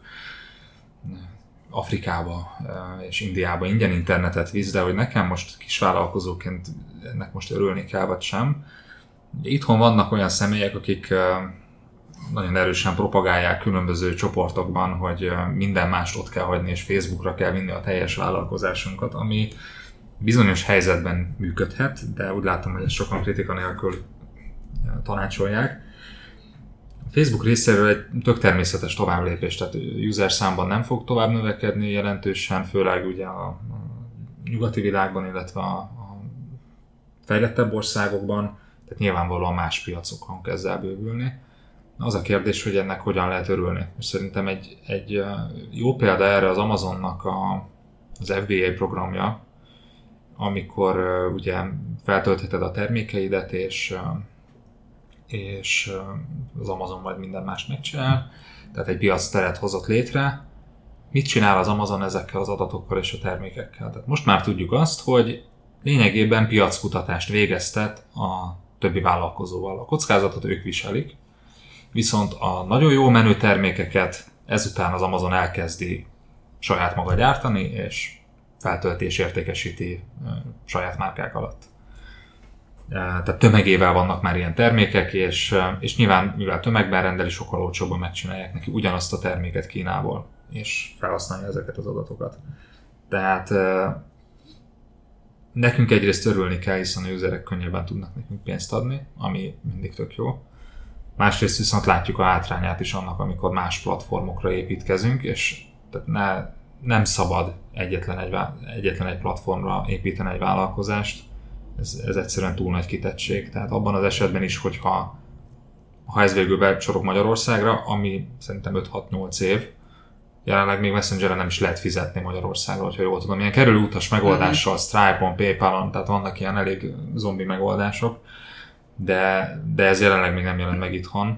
Afrikába és Indiába ingyen internetet visz, de hogy nekem most kisvállalkozóként ennek most örülni kell, vagy sem. Itthon vannak olyan személyek, akik nagyon erősen propagálják különböző csoportokban, hogy minden mást ott kell hagyni, és Facebookra kell vinni a teljes vállalkozásunkat, ami bizonyos helyzetben működhet, de úgy látom, hogy ezt sokan kritika nélkül tanácsolják. A Facebook részéről egy tök természetes továbblépés, tehát user számban nem fog tovább növekedni jelentősen, főleg ugye a, a nyugati világban, illetve a, a fejlettebb országokban, tehát nyilvánvalóan más piacokon kezd el bővülni. Az a kérdés, hogy ennek hogyan lehet örülni. És szerintem egy, egy jó példa erre az Amazonnak a, az ef bé á programja, amikor uh, ugye feltöltheted a termékeidet, és, uh, és uh, az Amazon majd minden más megcsinál, tehát egy piacteret hozott létre. Mit csinál az Amazon ezekkel az adatokkal és a termékekkel? Tehát most már tudjuk azt, hogy lényegében piackutatást végeztet a többi vállalkozóval. A kockázatot ők viselik, viszont a nagyon jó menő termékeket ezután az Amazon elkezdi saját maga gyártani, és feltöltés értékesíti saját márkák alatt. Tehát tömegével vannak már ilyen termékek, és, és nyilván, mivel tömegben rendeli, sokkal olcsóbban megcsinálják neki ugyanazt a terméket Kínából, és felhasználja ezeket az adatokat. Tehát nekünk egyrészt örülni kell, hiszen a userek könnyebben tudnak nekünk pénzt adni, ami mindig tök jó. Másrészt viszont látjuk a hátrányát is annak, amikor más platformokra építkezünk, és tehát ne, nem szabad egyetlen egy, egyetlen egy platformra építeni egy vállalkozást. Ez, ez egyszerűen túl nagy kitettség. Tehát abban az esetben is, hogyha ha ez végül becsorog Magyarországra, ami szerintem öt hat nyolc év, jelenleg még Messengeren nem is lehet fizetni Magyarországra, hogyha jól tudom. Ilyen kerülő utas megoldással, Stripe-on, PayPal-on, tehát vannak ilyen elég zombi megoldások, de, de ez jelenleg még nem jelent meg itthon.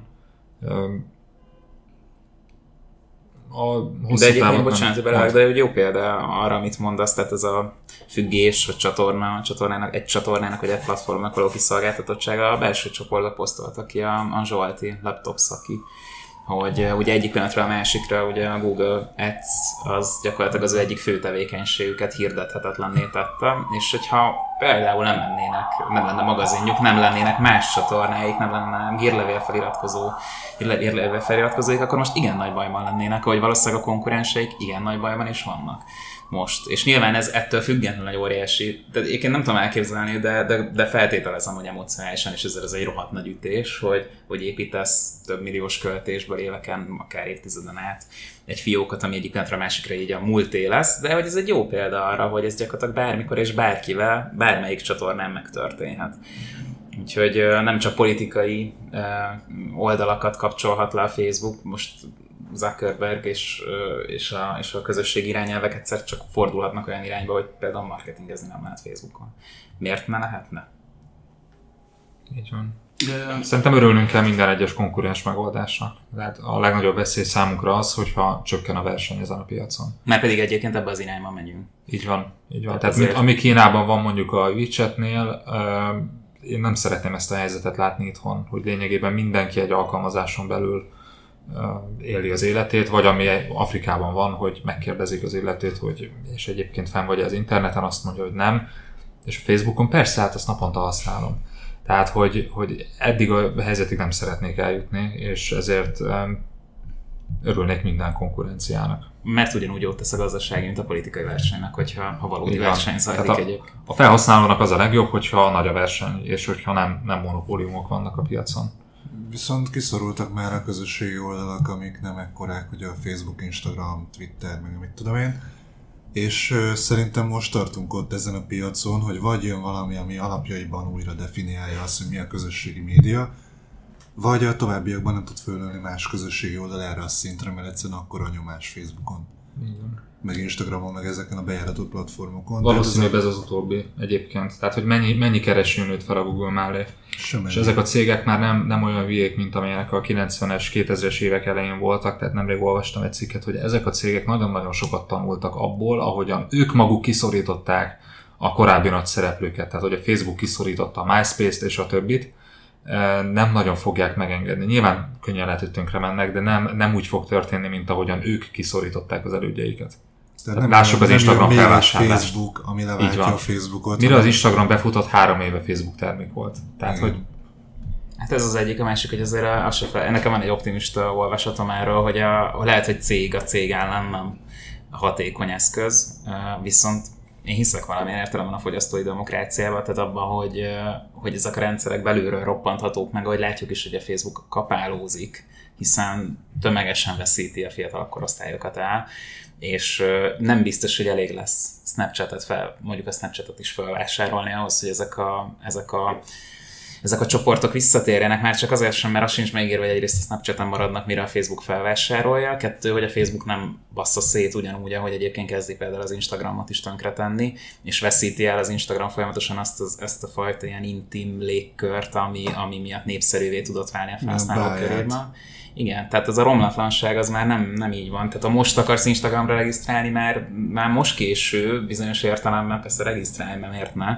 A de egyébként, bocsánat, hogy belevág, de jó példa arra, amit mondasz, tehát ez a függés, vagy csatorna, a csatornának, egy csatornának, vagy egy platformnak való kiszolgáltatottsága, a belső csoportba posztolta ki a, a Zsolti Laptops, aki, hogy ugye egyik pillanatra a másikra ugye a Google Ads az gyakorlatilag az ő egyik fő tevékenységüket hirdethetetlenné tette, és hogyha például nem lennének, nem lenne magazinjuk, nem lennének más csatornáik, nem lenne hírlevél feliratkozó, hírlevél feliratkozóik, akkor most igen nagy bajban lennének, ahogy valószínűleg a konkurenseik igen nagy bajban is vannak most. És nyilván ez ettől függetlenül egy óriási, de én nem tudom elképzelni, de, de, de feltételezem, hogy emocionálisan, és ezzel ez egy rohadt nagy ütés, hogy, hogy építesz több milliós költésből éveken, akár évtizeden át egy fiókot, ami egyik pillanatra másikra így a múlté lesz, de hogy ez egy jó példa arra, hogy ez gyakorlatilag bármikor és bárkivel, bármelyik csatornán megtörténhet. Úgyhogy nem csak politikai oldalakat kapcsolhat le a Facebook, most Zuckerberg és, és, a, és a közösség irányelvek egyszer csak fordulhatnak olyan irányba, hogy például marketingezni nem lehet Facebookon. Miért ne lehetne? Így van. De... Szerintem örülnünk kell minden egyes konkurens megoldásnak. Tehát a legnagyobb veszély számunkra az, hogyha csökken a verseny ezen a piacon. Mert pedig egyébként ebbe az irányba megyünk. Így van. Így van. Tehát, Tehát azért... ami Kínában van mondjuk a WeChatnél, én nem szeretném ezt a helyzetet látni itthon, hogy lényegében mindenki egy alkalmazáson belül éli az életét, vagy ami Afrikában van, hogy megkérdezik az illetőt, hogy és egyébként fenn vagy az interneten, azt mondja, hogy nem, és a Facebookon persze, hát azt naponta használom. Tehát, hogy, hogy eddig a helyzetig nem szeretnék eljutni, és ezért um, örülnék minden konkurenciának. Mert ugyanúgy jót tesz a gazdasági, mint a politikai versenynek, hogyha ha valódi verseny zajlik egyébként. A felhasználónak az a legjobb, hogyha nagy a verseny, és hogyha nem, nem monopóliumok vannak a piacon. Viszont kiszorultak már a közösségi oldalak, amik nem ekkorák, ugye a Facebook, Instagram, Twitter, meg mit tudom én. És uh, szerintem most tartunk ott ezen a piacon, hogy vagy jön valami, ami alapjaiban újra definiálja azt, hogy mi a közösségi média, vagy a továbbiakban nem tud fölölni más közösségi oldal erre a szintre, mert egyszerűen akkora nyomás Facebookon. Igen. Meg Instagramon, meg ezeken a bejáratott platformokon. Valószínűleg ez az utóbbi egyébként. Tehát, hogy mennyi, mennyi kereső nőtt fel a Google mellé. Semmi. És ezek a cégek már nem, nem olyan hülyék, mint amilyenek a kilencvenes, kétezres évek elején voltak, tehát nemrég olvastam egy cikket, hogy ezek a cégek nagyon-nagyon sokat tanultak abból, ahogyan ők maguk kiszorították a korábbi nagy szereplőket, tehát hogy a Facebook kiszorította a MySpace-t és a többit, nem nagyon fogják megengedni. Nyilván könnyen lehet, hogy tönkre mennek, de nem, nem úgy fog történni, mint ahogyan ők kiszorították az elődjeiket. Nem lássuk az Instagram felvásárlást. Facebook, ami leváltja a Facebookot. Mire az Instagram befutott, három éve Facebook termék volt. Tehát, hogy... Hát ez az egyik, a másik, hogy azért az se fel... Nekem van egy optimista olvasatom erről, hogy a, lehet, hogy cég a cég ellen nem a hatékony eszköz, viszont én hiszek valamilyen értelemben a fogyasztói demokráciában, tehát abban, hogy, hogy ezek a rendszerek belülről roppanthatók meg, ahogy látjuk is, hogy a Facebook kapálózik, hiszen tömegesen veszíti a fiatal korosztályokat el, és nem biztos, hogy elég lesz Snapchatet fel, mondjuk a Snapchatet is felvásárolni ahhoz, hogy ezek a, ezek a ezek a csoportok visszatérjenek, már csak azért sem, mert az sincs megírva, hogy egyrészt a Snapchaten maradnak, mire a Facebook felvásárolja, kettő, hogy a Facebook nem bassza szét ugyanúgy, ahogy egyébként kezdi például az Instagramot is tönkretenni, és veszíti el az Instagram folyamatosan azt, az, ezt a fajta ilyen intim légkört, ami, ami miatt népszerűvé tudott válni a felhasználók körében. Igen, tehát ez a romlatlanság az már nem, nem így van. Tehát ha most akarsz Instagramra regisztrálni, már, már most késő, bizonyos értelemben persze regisztrálni, mert miért ne,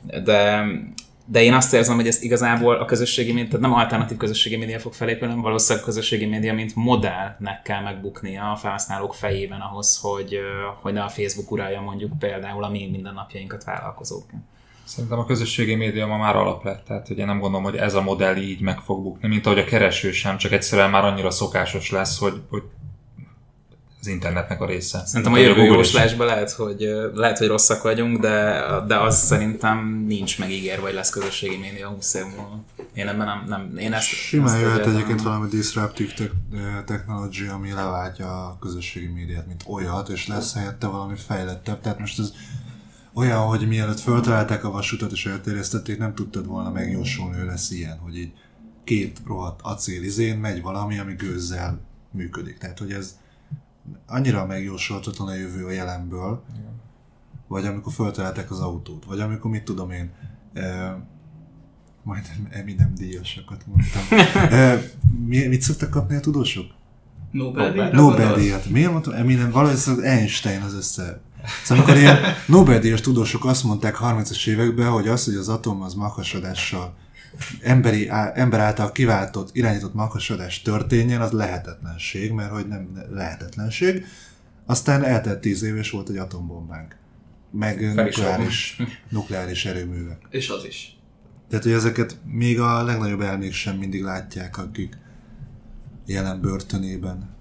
de De én azt érzem, hogy ezt igazából a közösségi média, tehát nem alternatív közösségi média fog felépülni, hanem valószínűleg a közösségi média, mint modellnek kell megbuknia a felhasználók fejében ahhoz, hogy, hogy ne a Facebook uralja mondjuk például a mi mindennapjainkat vállalkozók. Szerintem a közösségi média ma már alap lett, tehát hogy én nem gondolom, hogy ez a modell így meg fog bukni, mint ahogy a kereső sem, csak egyszerűen már annyira szokásos lesz, hogy, hogy az internetnek a része. Szerintem a jövő jóslásban lehet, hogy, lehet, hogy rosszak vagyunk, de, de az szerintem nincs megígérve, hogy lesz közösségi média húsz év múlva. Én ebben nem, nem én ezt... Simán ezt jöhet egyébként valami disruptive te- technology, ami leváltja a közösségi médiát, mint olyat, és lesz helyette valami fejlettebb. Tehát most ez olyan, hogy mielőtt föltalálták a vasutat és elterjesztették, nem tudtad volna megjósolni, hogy lesz ilyen, hogy így két rohadt acélizén megy valami, ami gőzzel működik. Tehát, hogy ez annyira megjósolhatatlan a jövő a jelenből, igen. Vagy amikor föltalálták az autót, vagy amikor mit tudom én, e, majd Eminem díjasokat mondtam. E, mi, mit szoktak kapni a tudósok? Nobel-díjat. Nobel-díjat. Miért mondtam Eminem? Valahogy az Einstein az össze. Szóval amikor ilyen Nobel-díjas tudósok azt mondták harmincas években, hogy az, hogy az atom az maghasadással emberi, á, ember által kiváltott, irányított maghasadás történjen, az lehetetlenség, mert hogy nem lehetetlenség. Aztán eltelt tíz év, és volt egy atombombánk. Meg nukleáris, nukleáris erőművek. És az is. Tehát, hogy ezeket még a legnagyobb elmék sem mindig látják, akik jelen börtönében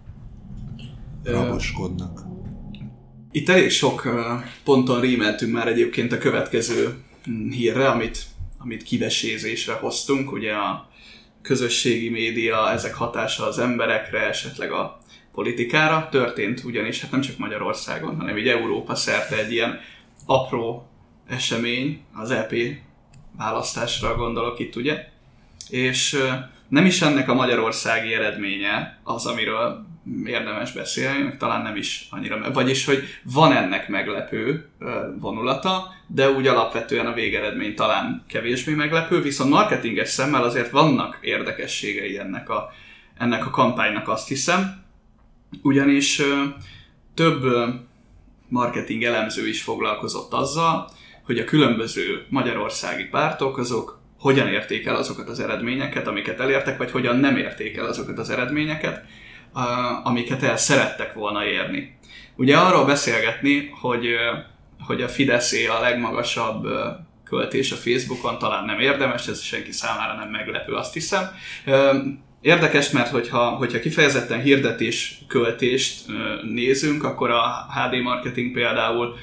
raboskodnak. Itt elég sok ponton rímeltünk már egyébként a következő hírre, amit amit kivesézésre hoztunk, ugye a közösségi média, ezek hatása az emberekre, esetleg a politikára történt, ugyanis hát nem csak Magyarországon, hanem így Európa szerte egy ilyen apró esemény, az é pé választásra gondolok itt, ugye? És nem is ennek a magyarországi eredménye az, amiről érdemes beszélni, meg talán nem is annyira, vagyis, hogy van ennek meglepő vonulata, de úgy alapvetően a végeredmény talán kevésbé meglepő, viszont marketinges szemmel azért vannak érdekességei ennek a, ennek a kampánynak, azt hiszem, ugyanis több marketing elemző is foglalkozott azzal, hogy a különböző magyarországi pártok azok hogyan érték el azokat az eredményeket, amiket elértek, vagy hogyan nem érték el azokat az eredményeket, amiket el szerettek volna érni. Ugye arról beszélgetni, hogy, hogy a Fideszé a legmagasabb költés a Facebookon, talán nem érdemes, ez senki számára nem meglepő, azt hiszem. Érdekes, mert hogyha, hogyha kifejezetten hirdetés költést nézünk, akkor a há dé marketing például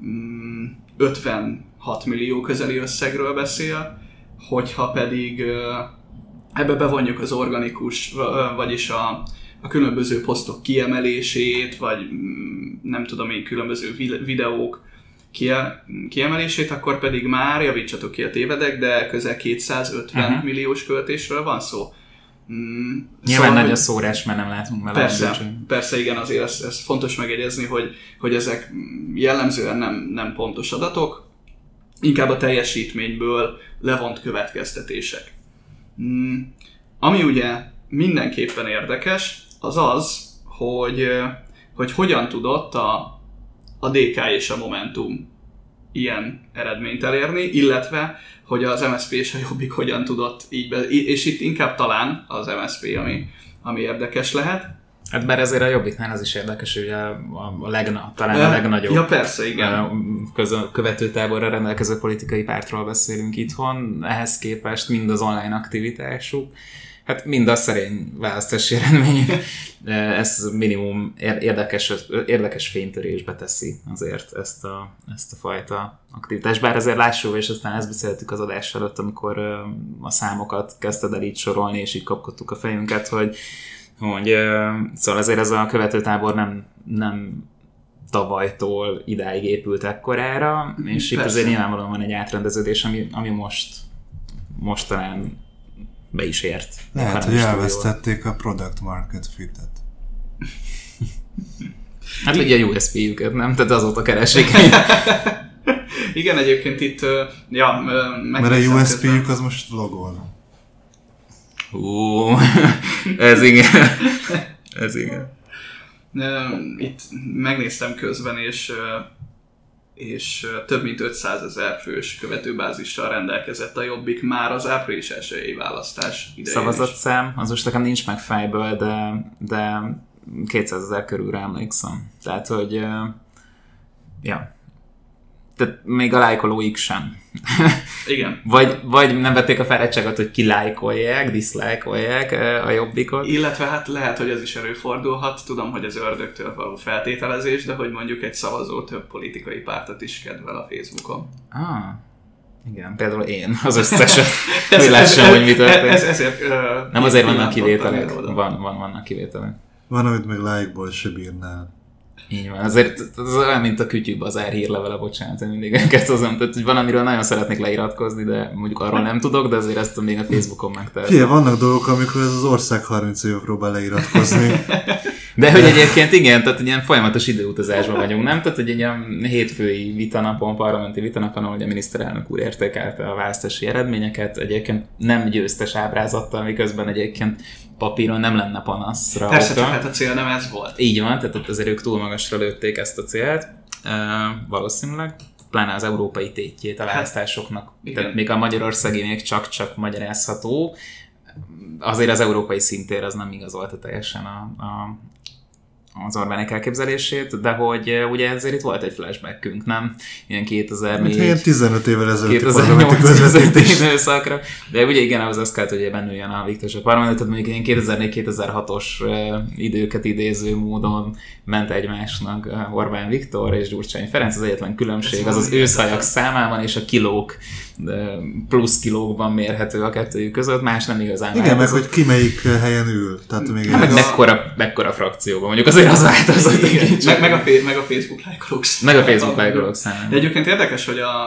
ötvenhat millió közeli összegről beszél, hogyha pedig ebbe bevonjuk az organikus, vagyis a, a különböző posztok kiemelését, vagy nem tudom én, különböző videók kie, kiemelését, akkor pedig már, javítsatok ki a tévedek, de közel kétszázötven uh-huh. milliós költésről van szó. Mm, Nyilván szóval, nagy a szórás, mert nem látunk vele. Persze, persze, igen, azért ez, ez fontos megegyezni, hogy, hogy ezek jellemzően nem, nem pontos adatok, inkább a teljesítményből levont következtetések. Mm, ami ugye mindenképpen érdekes, az az, hogy, hogy hogyan tudott a, a dé ká és a Momentum ilyen eredményt elérni, illetve hogy az em es zé pé és a Jobbik hogyan tudott így be, és itt inkább talán az em es zé pé, ami, ami érdekes lehet. Hát bár ezért a Jobbiknál az is érdekes, hogy a, a legna, talán a legnagyobb ja, persze, igen. Közö, követőtáborra rendelkező politikai pártról beszélünk itthon, ehhez képest mind az online aktivitásuk, hát mind a szerény választási eredmény, ez minimum érdekes, érdekes fénytörésbe teszi azért ezt a, ezt a fajta aktivitást. Bár azért lássuk, és aztán ezt beszéltük az adás előtt, amikor a számokat kezdted el így sorolni, és így kapkodtuk a fejünket, hogy, hogy szóval azért ez a követőtábor nem, nem tavalytól idáig épült ekkorára, és itt azért nyilvánvalóan van egy átrendeződés, ami, ami most, most talán be is ért. Lehet, hogy elvesztették a product market fit-et. Hát ugye a u es pé-jüket, nem? Tehát azóta keresik. Igen, egyébként itt, ja, mert a u es pé-jük az most vlogol. Hú, ez igen. Ez igen. Itt megnéztem közben, és és több mint ötszázezer fős követőbázissal rendelkezett a Jobbik már az április elsőjei választás idején. Szavazatszám, az most nekem nincs meg fejből, de, de kétszázezer körülre emlékszem. Tehát, hogy ja. tehát még a lájkolóik sem. Igen. vagy, vagy nem vették a fáradtságot, hogy kilájkolják, diszlájkolják a Jobbikot. Illetve hát lehet, hogy ez is előfordulhat. Tudom, hogy ez ördögtől való feltételezés, de hogy mondjuk egy szavazó több politikai pártot is kedvel a Facebookon. Ah, igen, például én az összeset, hogy lássam, hogy mi történt. Ez, ezért, uh, nem azért vannak kivételek, van, van, vannak kivételek. Van, amit meg like-ból se bírnál. Így van, azért az olyan, mint a kütyűbazár hírlevele, bocsánat, én mindig enket hozom. Tehát, hogy van, amiről nagyon szeretnék leiratkozni, de mondjuk arról nem tudok, de azért ezt még a Facebookon megtehetem. Fie, vannak dolgok, amikor ez az ország harminc éve próbál leiratkozni. De hogy egyébként igen, tehát egy ilyen folyamatos időutazásban vagyunk, nem? Tehát, hogy egy ilyen hétfői vitanapon, parlamenti vitanapon, ahol a miniszterelnök úr értékelte a választási eredményeket, egyébként nem győztes ábrázattal, miközben egyébként papíron nem lenne panaszra. Persze, csak hát a cél nem ez volt. Így van, tehát azért ők túl magasra lőtték ezt a célt, uh, valószínűleg, pláne az európai tétjét a választásoknak. Hát, tehát még a magyarországi még csak-csak magyarázható, azért az európai szintér az nem igazolta teljesen a, a az Orbánék elképzelését, de hogy ugye ezért itt volt egy flashbackünk, nem? Ilyen kétezer-négy... Ilyen tizenöt évvel ezelőtti kétezer-nyolc közötti időszakra. De ugye igen, ahhoz az kellett, hogy bennüljön a Viktor a parlament, tehát mondjuk ilyen kétezer-négy-kétezer-hatos időket idéző módon ment egymásnak Orbán Viktor és Gyurcsány Ferenc. Az egyetlen különbség az az őszhajak számában és a kilók, plusz kilókban mérhető a kettőjük között, más nem igazán. Igen, meg hogy ki melyik helyen ül. Tehát még hát meg mekkora, mekkora frakcióban, mondjuk azért az változott. Meg, meg, a, meg a Facebook lájkolók számában. Meg a Facebook lájkolók számában. De egyébként érdekes, hogy a,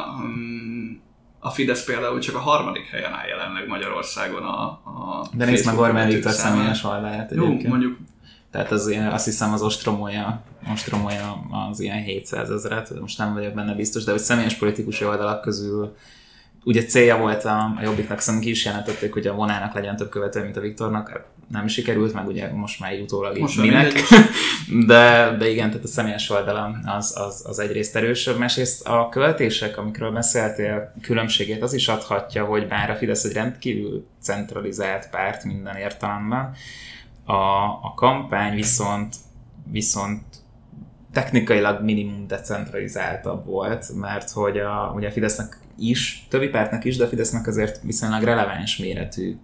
a Fidesz például csak a harmadik helyen áll jelenleg Magyarországon a, a de nézd meg Orbán Viktor személyes oldalát egyébként. Jó, mondjuk. Tehát az ilyen, azt hiszem az ostromolja, ostromolja az ilyen hétszázezret, most nem vagyok benne biztos, de hogy személyes politikusi oldalak közül ugye célja volt a, a Jobbiknak, szerintem ki is jelentették, hogy a vonának legyen több követője, mint a Viktornak, nem sikerült, meg ugye most már így utólag így minek. de, de igen, tehát a személyes oldala az, az, az egyrészt erősebb, másrészt a költések, amikről beszéltél, különbségét az is adhatja, hogy bár a Fidesz egy rendkívül centralizált párt minden értelemben, a, a kampány viszont, viszont technikailag minimum decentralizáltabb volt, mert hogy a, ugye a Fidesznek is, többi pártnak is, de a Fidesznek azért viszonylag releváns méretű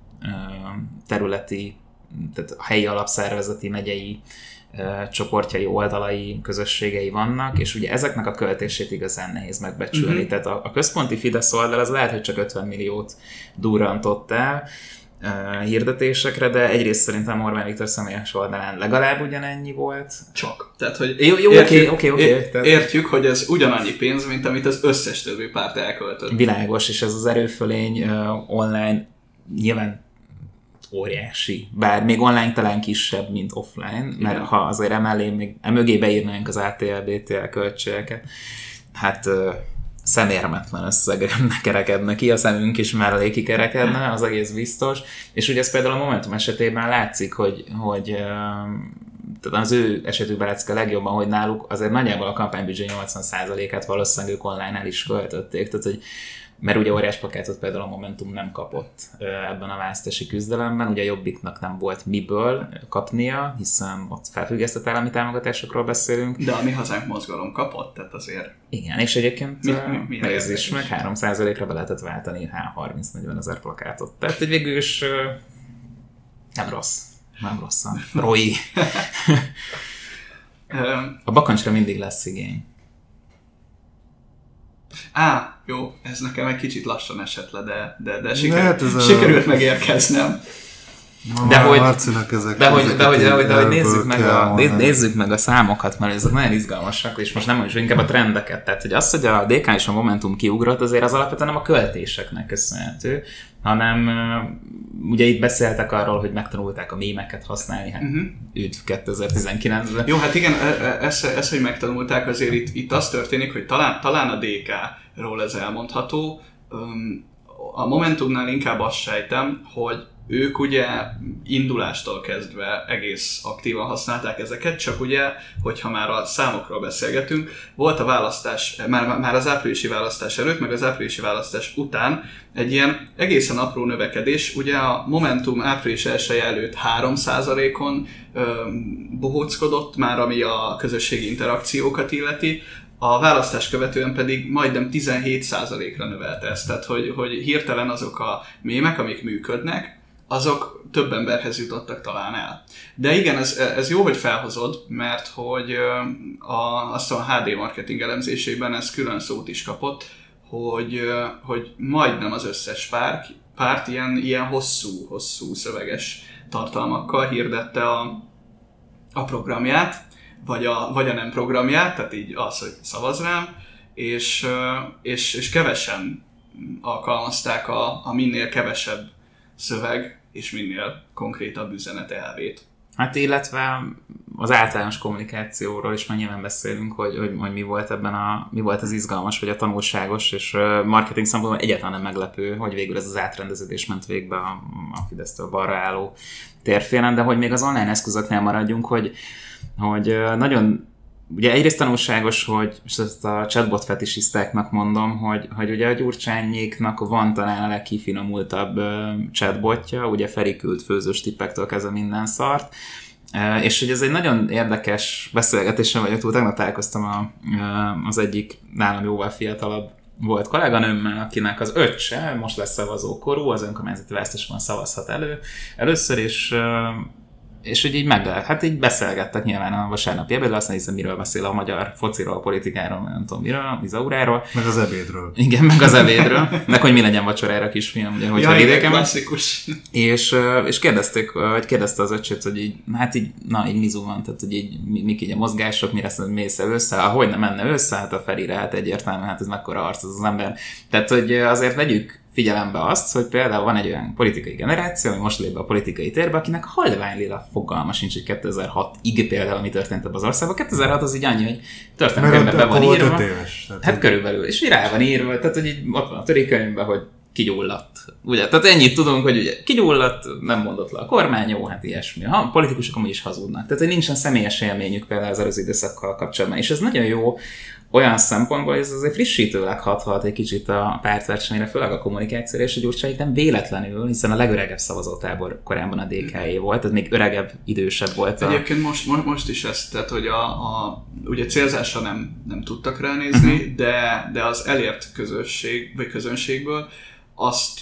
területi, tehát helyi alapszervezeti, megyei csoportjai, oldalai, közösségei vannak, és ugye ezeknek a költését igazán nehéz megbecsülni. Uh-huh. Tehát a, a központi Fidesz oldal az lehet, hogy csak ötven milliót durrantott el uh, hirdetésekre, de egyrészt szerintem Orbán Viktor személyes oldalán legalább ugyanennyi volt. Csak. Tehát, hogy jó, jó, értjük, okay, okay, okay. Tehát... értjük, hogy ez ugyanannyi pénz, mint amit az összes többi párt elköltött. Világos, és ez az erőfölény uh, online nyilván óriási, bár még online talán kisebb, mint offline, mert igen. Ha azért emellé még emögé beírnánk az á té el bé té el költségeket, hát uh, szemérmetlen összegre kerekedne ki, a szemünk is mellé kikerekedne, az egész biztos, és ugye ez például a Momentum esetében látszik, hogy, hogy uh, az ő esetükben látszik a legjobban, hogy náluk azért nagyjából a kampánybüdzsé nyolcvan százalékát valószínűleg ők online el is költötték, tehát hogy mert ugye óriás plakátot például a Momentum nem kapott ebben a választási küzdelemben, ugye a Jobbiknak nem volt miből kapnia, hiszen ott felfüggesztett állami támogatásokról beszélünk. De a Mi Hazánk mozgalom kapott, tehát azért... Igen, és egyébként mi, mi, mi nézd is meg, három százalékra be lehetett váltani harminc-negyven ezer plakátot. Tehát egy végül is nem rossz, nem rossz a Roy. A bakancsra mindig lesz igény. Á, jó, ez nekem egy kicsit lassan esett le, de, de, de sikerült, a... sikerült megérkeznem. De hogy, de hogy, de hogy, de hogy, de hogy nézzük, meg a, nézzük meg a számokat, mert ezek nagyon izgalmasak, és most nem is inkább a trendeket. Tehát, hogy az, hogy a dé ká és a Momentum kiugrott, azért az alapvetően nem a költéseknek köszönhető, hanem ugye itt beszéltek arról, hogy megtanulták a mémeket használni, hát uh-huh. üdv kétezer-tizenkilencben. Jó, hát igen, ez, ez hogy megtanulták, azért itt, itt az történik, hogy talán, talán a dé ká-ról ez elmondható. A Momentumnál inkább azt sejtem, hogy ők ugye indulástól kezdve egész aktívan használták ezeket, csak ugye, hogyha már a számokról beszélgetünk, volt a választás, már, már az áprilisi választás előtt, meg az áprilisi választás után egy ilyen egészen apró növekedés, ugye a Momentum április elseje előtt három százalékon ö, bohóckodott már, ami a közösségi interakciókat illeti, a választás követően pedig majdnem tizenhét százalékra növelte ezt, tehát hogy, hogy hirtelen azok a mémek, amik működnek, azok több emberhez jutottak talán el. De igen, ez, ez jó, hogy felhozod, mert hogy a, azt a há dé marketing elemzésében ez külön szót is kapott, hogy, hogy majdnem az összes párt, párt ilyen, ilyen hosszú, hosszú szöveges tartalmakkal hirdette a, a programját, vagy a, vagy a nem programját, tehát így az, hogy szavazz rám, és, és, és kevesen alkalmazták a, a minél kevesebb szöveg és minél konkrétabb üzenet elvét. Hát illetve az általános kommunikációról is már nyilván beszélünk, hogy, hogy, hogy mi volt ebben a, mi volt az izgalmas, vagy a tanulságos, és marketing szempontból egyáltalán nem meglepő, hogy végül ez az átrendeződés ment végbe a, a Fidesztől balra álló térfélen, de hogy még az online eszközöknél maradjunk, hogy, hogy nagyon ugye egyrészt tanulságos, hogy és ezt a chatbot fetisistáknak mondom, hogy, hogy ugye a Gyurcsányéknak van talán a legkifinomultabb uh, chatbotja, ugye Ferikült főzős tippektől kezdve minden szart, uh, és hogy ez egy nagyon érdekes beszélgetésen vagyok túl, tegnap találkoztam a, uh, az egyik nálam jóval fiatalabb volt kolléganőmmel, akinek az öccse most lesz szavazókorú, az önkormányzati választásban szavazhat elő először, és uh, és hogy így meg lehet, hát így beszélgettek nyilván a vasárnapi ebédről, aztán hiszem miről beszél a magyar fociról, a politikáról, nem tudom miről, Izauráról. Meg az ebédről. Igen, meg az ebédről. Meg hogy mi legyen vacsorára, kisfiam, ugye, hogyha vidéken van. És, és kérdezték, vagy kérdezte az öcsét, hogy így, hát így, na így mizu van, tehát hogy így mik így a mozgások, mire mész össze, ahogy nem menne össze, hát a Ferire, hát egyértelműen, hát ez mekkora arc az az ember. Tehát, hogy azért vegyük figyelembe azt, hogy például van egy olyan politikai generáció, ami most lép be a politikai térbe, akinek halvány lila fogalma sincs, hogy kétezer-hatig például mi történt ebben az országban. kétezer-hat az így annyi, hogy történelmében be van írva. Éves, hát így... körülbelül. És így rá van írva, tehát hogy így ott van a törékönyvben, hogy kigyulladt. Ugye? Tehát ennyit tudunk, hogy ugye kigyulladt, nem mondott le a kormány, jó, hát ilyesmi. Ha politikusok amúgy is hazudnak. Tehát, hogy nincsen személyes élményük például az előző időszakkal kapcsolatban. És ez nagyon jó olyan szempontból, hogy ez azért frissítőleg hathat egy kicsit a pártversenyre, főleg a kommunikációra, és a Gyurcsány nem véletlenül, hiszen a legöregebb szavazótábor korábban a dé ká-é volt, tehát még öregebb, idősebb volt. A... Egyébként most, most, most is ezt, tehát hogy a, a ugye célzásra nem, nem tudtak ránézni, uh-huh. de, de az elért közösség, vagy közönségből azt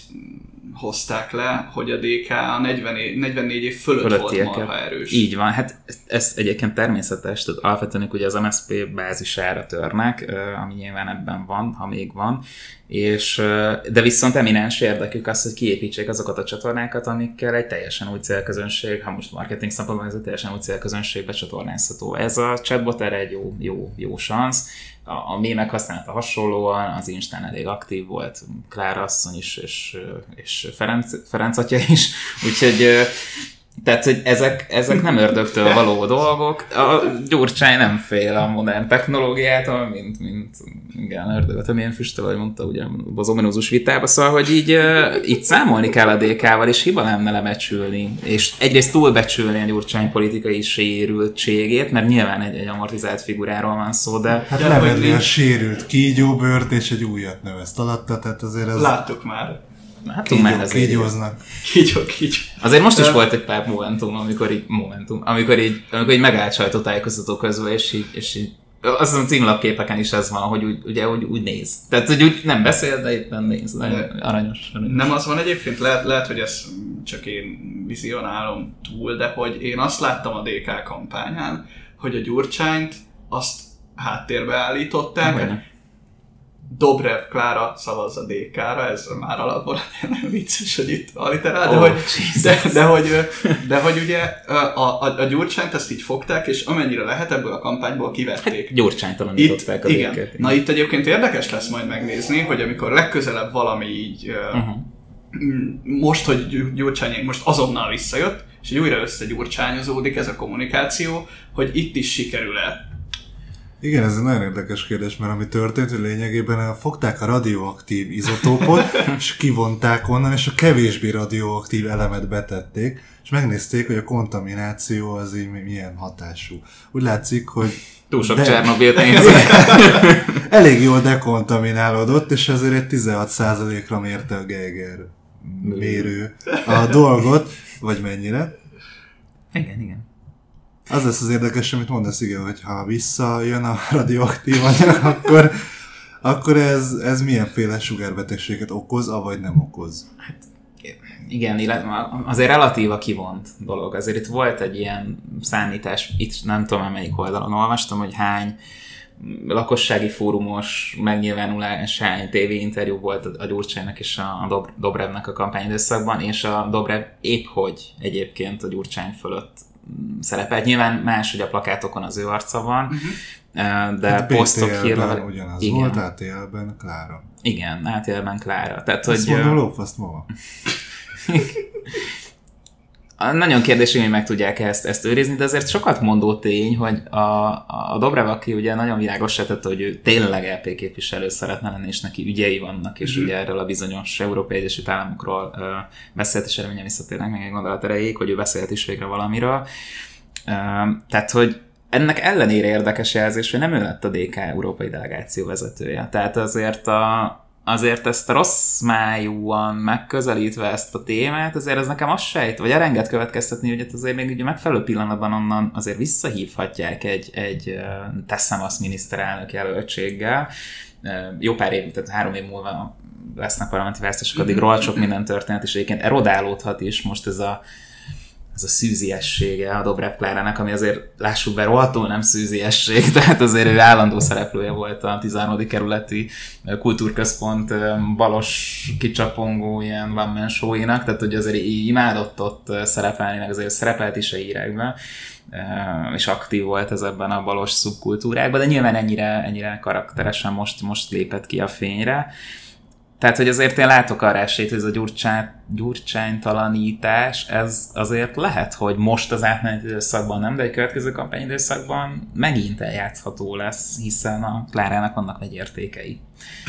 hozták le, hogy a dé ká a negyvennégy év fölött Fölöttiek volt marha erős. Így van, hát ez, ez egyébként természetes, tehát alapvetően ugye az em es zé pé bázisára törnek, ami nyilván ebben van, ha még van, és, de viszont eminens érdekük az, hogy kiépítsék azokat a csatornákat, amikkel egy teljesen új célközönség, ha most marketing szempontból ez egy teljesen új célközönségbe csatornázható. Ez a chatbot erre egy jó, jó, jó szansz. A, a mémek használata hasonlóan, az Instán elég aktív volt, Klára asszony is, és, és Ferenc, Ferenc atya is, úgyhogy tehát, hogy ezek, ezek nem ördögtől való dolgok. A Gyurcsány nem fél a modern technológiától, mint, mint igen, ördögöt, amilyen füstöl, ahogy mondta ugye az ominózus vitába, szóval, hogy így, uh, így számolni kell a dé ká-val, és hiba lenne lebecsülni. És egyrészt túlbecsülni a Gyurcsány politikai sérültségét, mert nyilván egy, egy amortizált figuráról van szó, de... Hát levenni a sérült kígyóbőrt, és egy újat nevezt alatta, tehát azért ez... Láttuk már. Hát kígyó, már kígyóznak. Kígyó, kígyó. Azért most is volt egy pár momentum, amikor így, momentum, amikor így, amikor így megállt sajtótájékoztató közben, és így, és így azt hiszem címlapképeken is ez van, hogy úgy, ugye, úgy, úgy néz. Tehát, hogy úgy nem beszél, de éppen néz. Nagyon aranyos, aranyos. Nem az van egyébként, lehet, lehet, hogy ezt csak én vizionálom túl, de hogy én azt láttam a dé ká kampányán, hogy a Gyurcsányt azt háttérbe állították. Nem, Dobrev Klára szavaz a dé ká-ra, ez már alapból nem vicces, hogy itt alliterál, de, oh, hogy, de, de, hogy, de hogy ugye a, a, a Gyurcsányt ezt így fogták, és amennyire lehet ebből a kampányból kivették. Hát Gyurcsánytalanították a igen. dé ká-t. Na itt egyébként érdekes lesz majd megnézni, hogy amikor legközelebb valami így uh-huh. most, hogy Gyurcsány most azonnal visszajött, és újra összegyurcsányozódik ez a kommunikáció, hogy itt is sikerül-e. Igen, ez egy nagyon érdekes kérdés, mert ami történt, hogy lényegében fogták a radioaktív izotópot, és kivonták onnan, és a kevésbé radioaktív elemet betették, és megnézték, hogy a kontamináció az így milyen hatású. Úgy látszik, hogy... Túl sok de... Csernobyl pénz. Elég jól dekontaminálódott, és ezért egy tizenhat százalékra mérte a Geiger mérő a dolgot, vagy mennyire. Igen, igen. Az lesz az érdekes, amit mondasz, igen, hogy ha visszajön a radioaktív anyag, akkor, akkor ez, ez milyenféle sugárbetegséget okoz, avagy nem okoz. Hát igen, illetve azért relatíva kivont dolog. Azért itt volt egy ilyen számítás, itt nem tudom, melyik oldalon olvastam, hogy hány lakossági fórumos megnyilvánulás, hány tévéinterjú volt a Gyurcsánynak és a Dobrevnek a kampányidőszakban, és a Dobrev épp hogy egyébként a Gyurcsány fölött szerepelt. Nyilván más, hogy a plakátokon az ő arca van, uh-huh. de hát posztok hírlevelek... ugyanaz igen. volt, á té el-ben Klára. Igen, á té el-ben Klára. Tehát, ezt hogy, mondom, lófaszt ma. Nagyon kérdés, hogy meg tudják ezt, ezt őrizni, de azért sokat mondó tény, hogy a, a Dobrev, aki ugye nagyon világosá tette, hogy ő tényleg é pé képviselő szeretne lenni, és neki ügyei vannak, és mm-hmm. ugye erről a bizonyos Európai Egyesült Államokról uh, beszélt, és erre mindjárt visszatérnek még egy gondolat erejéig, hogy ő beszélt is végre valamiről. Uh, tehát, hogy ennek ellenére érdekes jelzés, hogy nem ő lett a dé ká európai delegáció vezetője. Tehát azért a azért ezt rossz májúan megközelítve ezt a témát, azért ez nekem azt sejt, vagy elenged következtetni, hogy azért még ugye megfelelő pillanatban onnan azért visszahívhatják egy, egy teszem azt miniszterelnök jelöltséggel. Jó pár év, tehát három év múlva lesznek parlamenti választások, addig rohadt sok minden történet, és egyébként erodálódhat is most ez a ez a szűziessége a Dobrev Klárának, ami azért lássuk be, rohadtul nem szűziesség, tehát azért ő állandó szereplője volt a tizenharmadik kerületi kultúrközpont balos kicsapongó ilyen one-man show-inak, tehát hogy azért imádott ott szerepelni, meg azért szerepelt is a hírekben, és aktív volt ez ebben a balos szubkultúrákban, de nyilván ennyire, ennyire karakteresen most, most lépett ki a fényre. Tehát, hogy azért én látok arra esélyt, hogy ez a gyurcsány, gyurcsánytalanítás, ez azért lehet, hogy most az átmeneti időszakban nem, de egy következő kampányidőszakban megint eljátszható lesz, hiszen a Klárának vannak vegyértékei.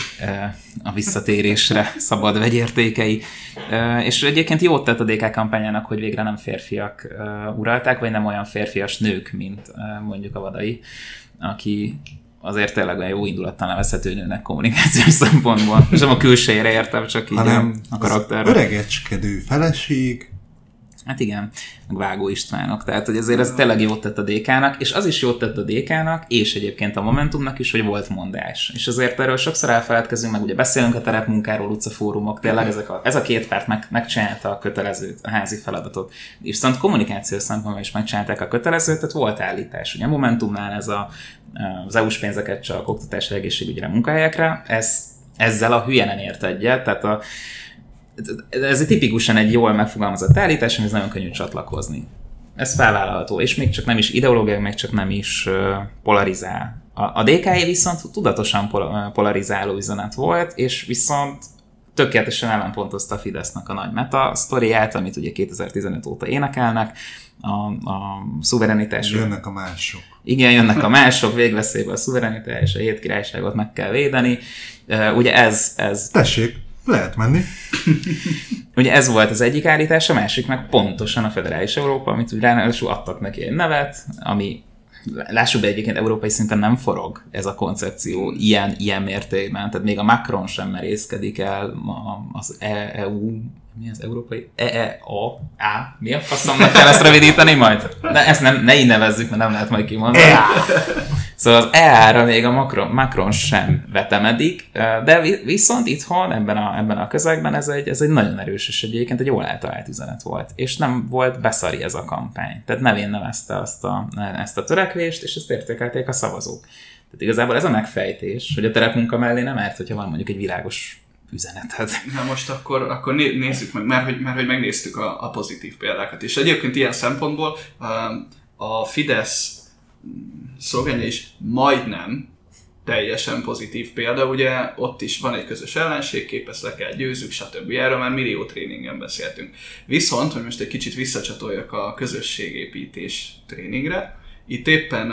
A visszatérésre szabad vegyértékei. És egyébként jót tett a dé ká kampányának, hogy végre nem férfiak uralták, vagy nem olyan férfias nők, mint mondjuk a Vadai, aki azért tényleg olyan jó indulattal nevezhető nőnek kommunikációs szempontból. És nem a külsejére értem, csak így hanem a karakterre. Öregecskedő feleség. Hát igen, meg Vágó Istvánok. Tehát, hogy azért ez tényleg jót tett a dé ká-nak, és az is jót tett a dé ká-nak, és egyébként a Momentumnak is, hogy volt mondás. És azért erről sokszor elfeledkezünk, meg ugye beszélünk a terepmunkáról, utcafórumok, tényleg ezek a, ez a két párt meg, megcsinálta a kötelezőt, a házi feladatot. És viszont kommunikációs szempontból is megcsinálták a kötelezőt, tehát volt állítás. Ugye a Momentumnál ez a, az é u-s pénzeket csak oktatásra, egészségügyre, munkahelyekre, ez, ezzel a hülye nem ért egyet, tehát a ez egy tipikusan egy jól megfogalmazott állítás, amihez nagyon könnyű csatlakozni. Ez felvállalható, és még csak nem is ideológiai, még csak nem is polarizál. A, a dé ká-é viszont tudatosan polarizáló üzenet volt, és viszont tökéletesen ellenpontozta a Fidesznek a nagy meta sztoriát, amit ugye kétezer-tizenöt óta énekelnek, a, a szuverenitás. Jönnek a mások. Igen, jönnek a mások, végveszélybe a szuverenitás, a hét királyságot meg kell védeni. Ugye ez... ez Tessék! Lehet menni. Ugye ez volt az egyik állítás, a másik meg pontosan a Federális Európa, amit úgy ráadásul adtak neki egy nevet, ami lássuk be egyébként európai szinten nem forog ez a koncepció ilyen, ilyen mértékben, tehát még a Macron sem merészkedik el az é u, mi az európai? é é á, á, mi a faszomnak kell ezt rövidíteni majd? De ezt nem, ne így nevezzük, mert nem lehet majd kimondani. Szóval az é á-ra még a Macron, Macron sem vetemedik, de viszont itthon, ebben a, ebben a közegben ez egy, ez egy nagyon erős, és egyébként egy jól eltalált üzenet volt. És nem volt beszari ez a kampány. Tehát nevén nevezte azt a, ezt a törekvést, és ezt értékelték a szavazók. Tehát igazából ez a megfejtés, hogy a terepmunka mellé nem árt, hogyha van mondjuk egy világos üzeneted. Na most akkor, akkor nézzük meg, mert hogy, mert hogy megnéztük a, a pozitív példákat. És egyébként ilyen szempontból a Fidesz szlogenje is majdnem teljesen pozitív példa, ugye ott is van egy közös ellenség, képes le kell győzzük, stb. Erről már millió tréningen beszéltünk. Viszont, hogy most egy kicsit visszacsatoljak a közösségépítés tréningre, itt éppen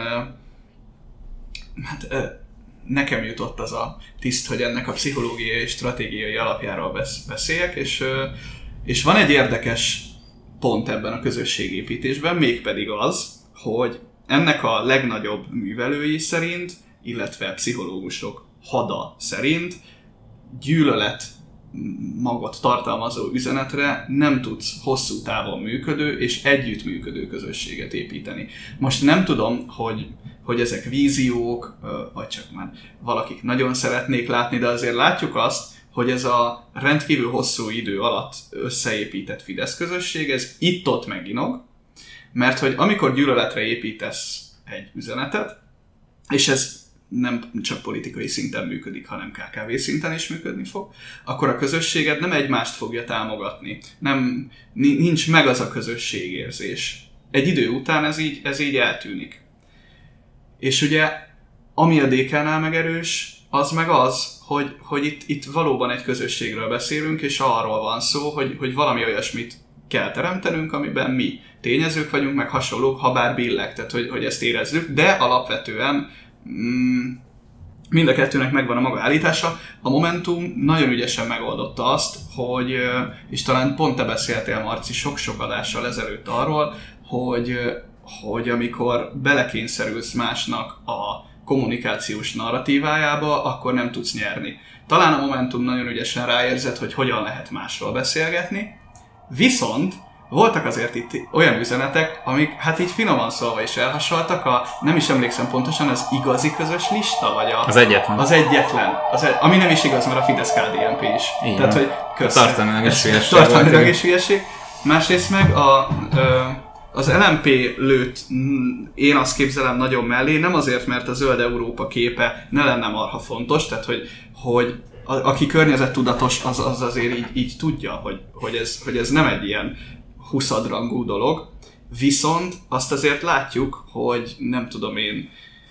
hát, nekem jutott az a tiszt, hogy ennek a pszichológiai és stratégiai alapjáról beszéljek, és, és van egy érdekes pont ebben a közösségépítésben, mégpedig az, hogy ennek a legnagyobb művelői szerint, illetve pszichológusok hada szerint gyűlölet magot tartalmazó üzenetre nem tudsz hosszú távon működő és együttműködő közösséget építeni. Most nem tudom, hogy, hogy ezek víziók, vagy csak már valakik nagyon szeretnék látni, de azért látjuk azt, hogy ez a rendkívül hosszú idő alatt összeépített Fidesz közösség, ez itt-ott meginog, mert hogy amikor gyűlöletre építesz egy üzenetet, és ez nem csak politikai szinten működik, hanem ká ká vé szinten is működni fog, akkor a közösséged nem egymást fogja támogatni. Nem, nincs meg az a közösségérzés. Egy idő után ez így, ez így eltűnik. És ugye, ami a dé ká-nál megerős, az meg az, hogy, hogy itt, itt valóban egy közösségről beszélünk, és arról van szó, hogy, hogy valami olyasmit kell teremtenünk, amiben mi tényezők vagyunk, meg hasonlók, ha bár billeg, tehát hogy, hogy ezt érezzük, de alapvetően mm, mind a kettőnek megvan a maga állítása. A Momentum nagyon ügyesen megoldotta azt, hogy, és talán pont te beszéltél, Marci, sok-sok adással ezelőtt arról, hogy, hogy amikor belekényszerülsz másnak a kommunikációs narratívájába, akkor nem tudsz nyerni. Talán a Momentum nagyon ügyesen ráérzett, hogy hogyan lehet másról beszélgetni, viszont voltak azért itt olyan üzenetek, amik hát így finoman szólva is elhasaltak, a, nem is emlékszem pontosan, az igazi közös lista, vagy a... Az egyetlen. Az egyetlen. Az egy, ami nem is igaz, mert a Fidesz-ká dé en pé is. Igen. Tehát, hogy köszönöm. Tartalmilag is hülyeség. Tartalmilag is hülyeség. Másrészt meg a... Ö, az el em pé lőtt, én azt képzelem nagyon mellé, nem azért, mert a zöld Európa képe ne lenne marha fontos, tehát hogy, hogy a, aki környezettudatos, az, az azért így, így tudja, hogy, hogy, ez, hogy ez nem egy ilyen huszadrangú dolog, viszont azt azért látjuk, hogy nem tudom én,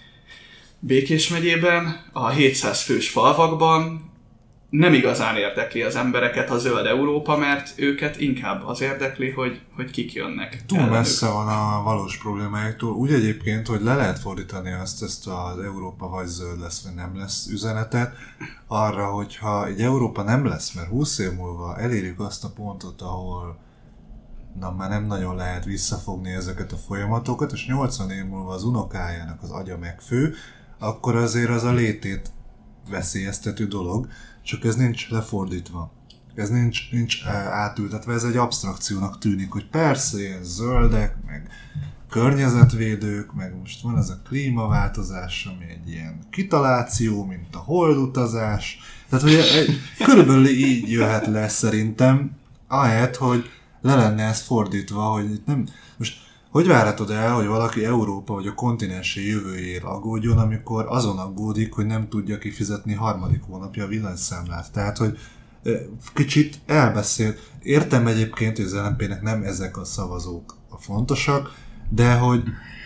Békés megyében, a hétszáz fős falvakban nem igazán érdekli az embereket a zöld Európa, mert őket inkább az érdekli, hogy, hogy kik jönnek. Túl messze van a valós problémáiktól. Úgy egyébként, hogy le lehet fordítani azt, ezt az Európa vagy zöld lesz, vagy nem lesz üzenetet, arra, hogyha egy Európa nem lesz, mert húsz év múlva elérjük azt a pontot, ahol na, már nem nagyon lehet visszafogni ezeket a folyamatokat, és nyolcvan év múlva az unokájának az agya megfő, akkor azért az a létét veszélyeztető dolog, csak ez nincs lefordítva. Ez nincs, nincs átültetve, ez egy absztrakciónak tűnik, hogy persze ilyen zöldek, meg környezetvédők, meg most van ez a klímaváltozás, ami egy ilyen kitaláció, mint a holdutazás. Tehát, hogy egy, körülbelül így jöhet le szerintem, ahelyett, hogy le lenne ez fordítva, hogy itt nem... Most hogy várhatod el, hogy valaki Európa vagy a kontinense jövőjéért aggódjon, amikor azon aggódik, hogy nem tudja kifizetni harmadik hónapja a villanyszámlát? Tehát, hogy kicsit elbeszél. Értem egyébként, hogy az el em pének nem ezek a szavazók a fontosak, de hogy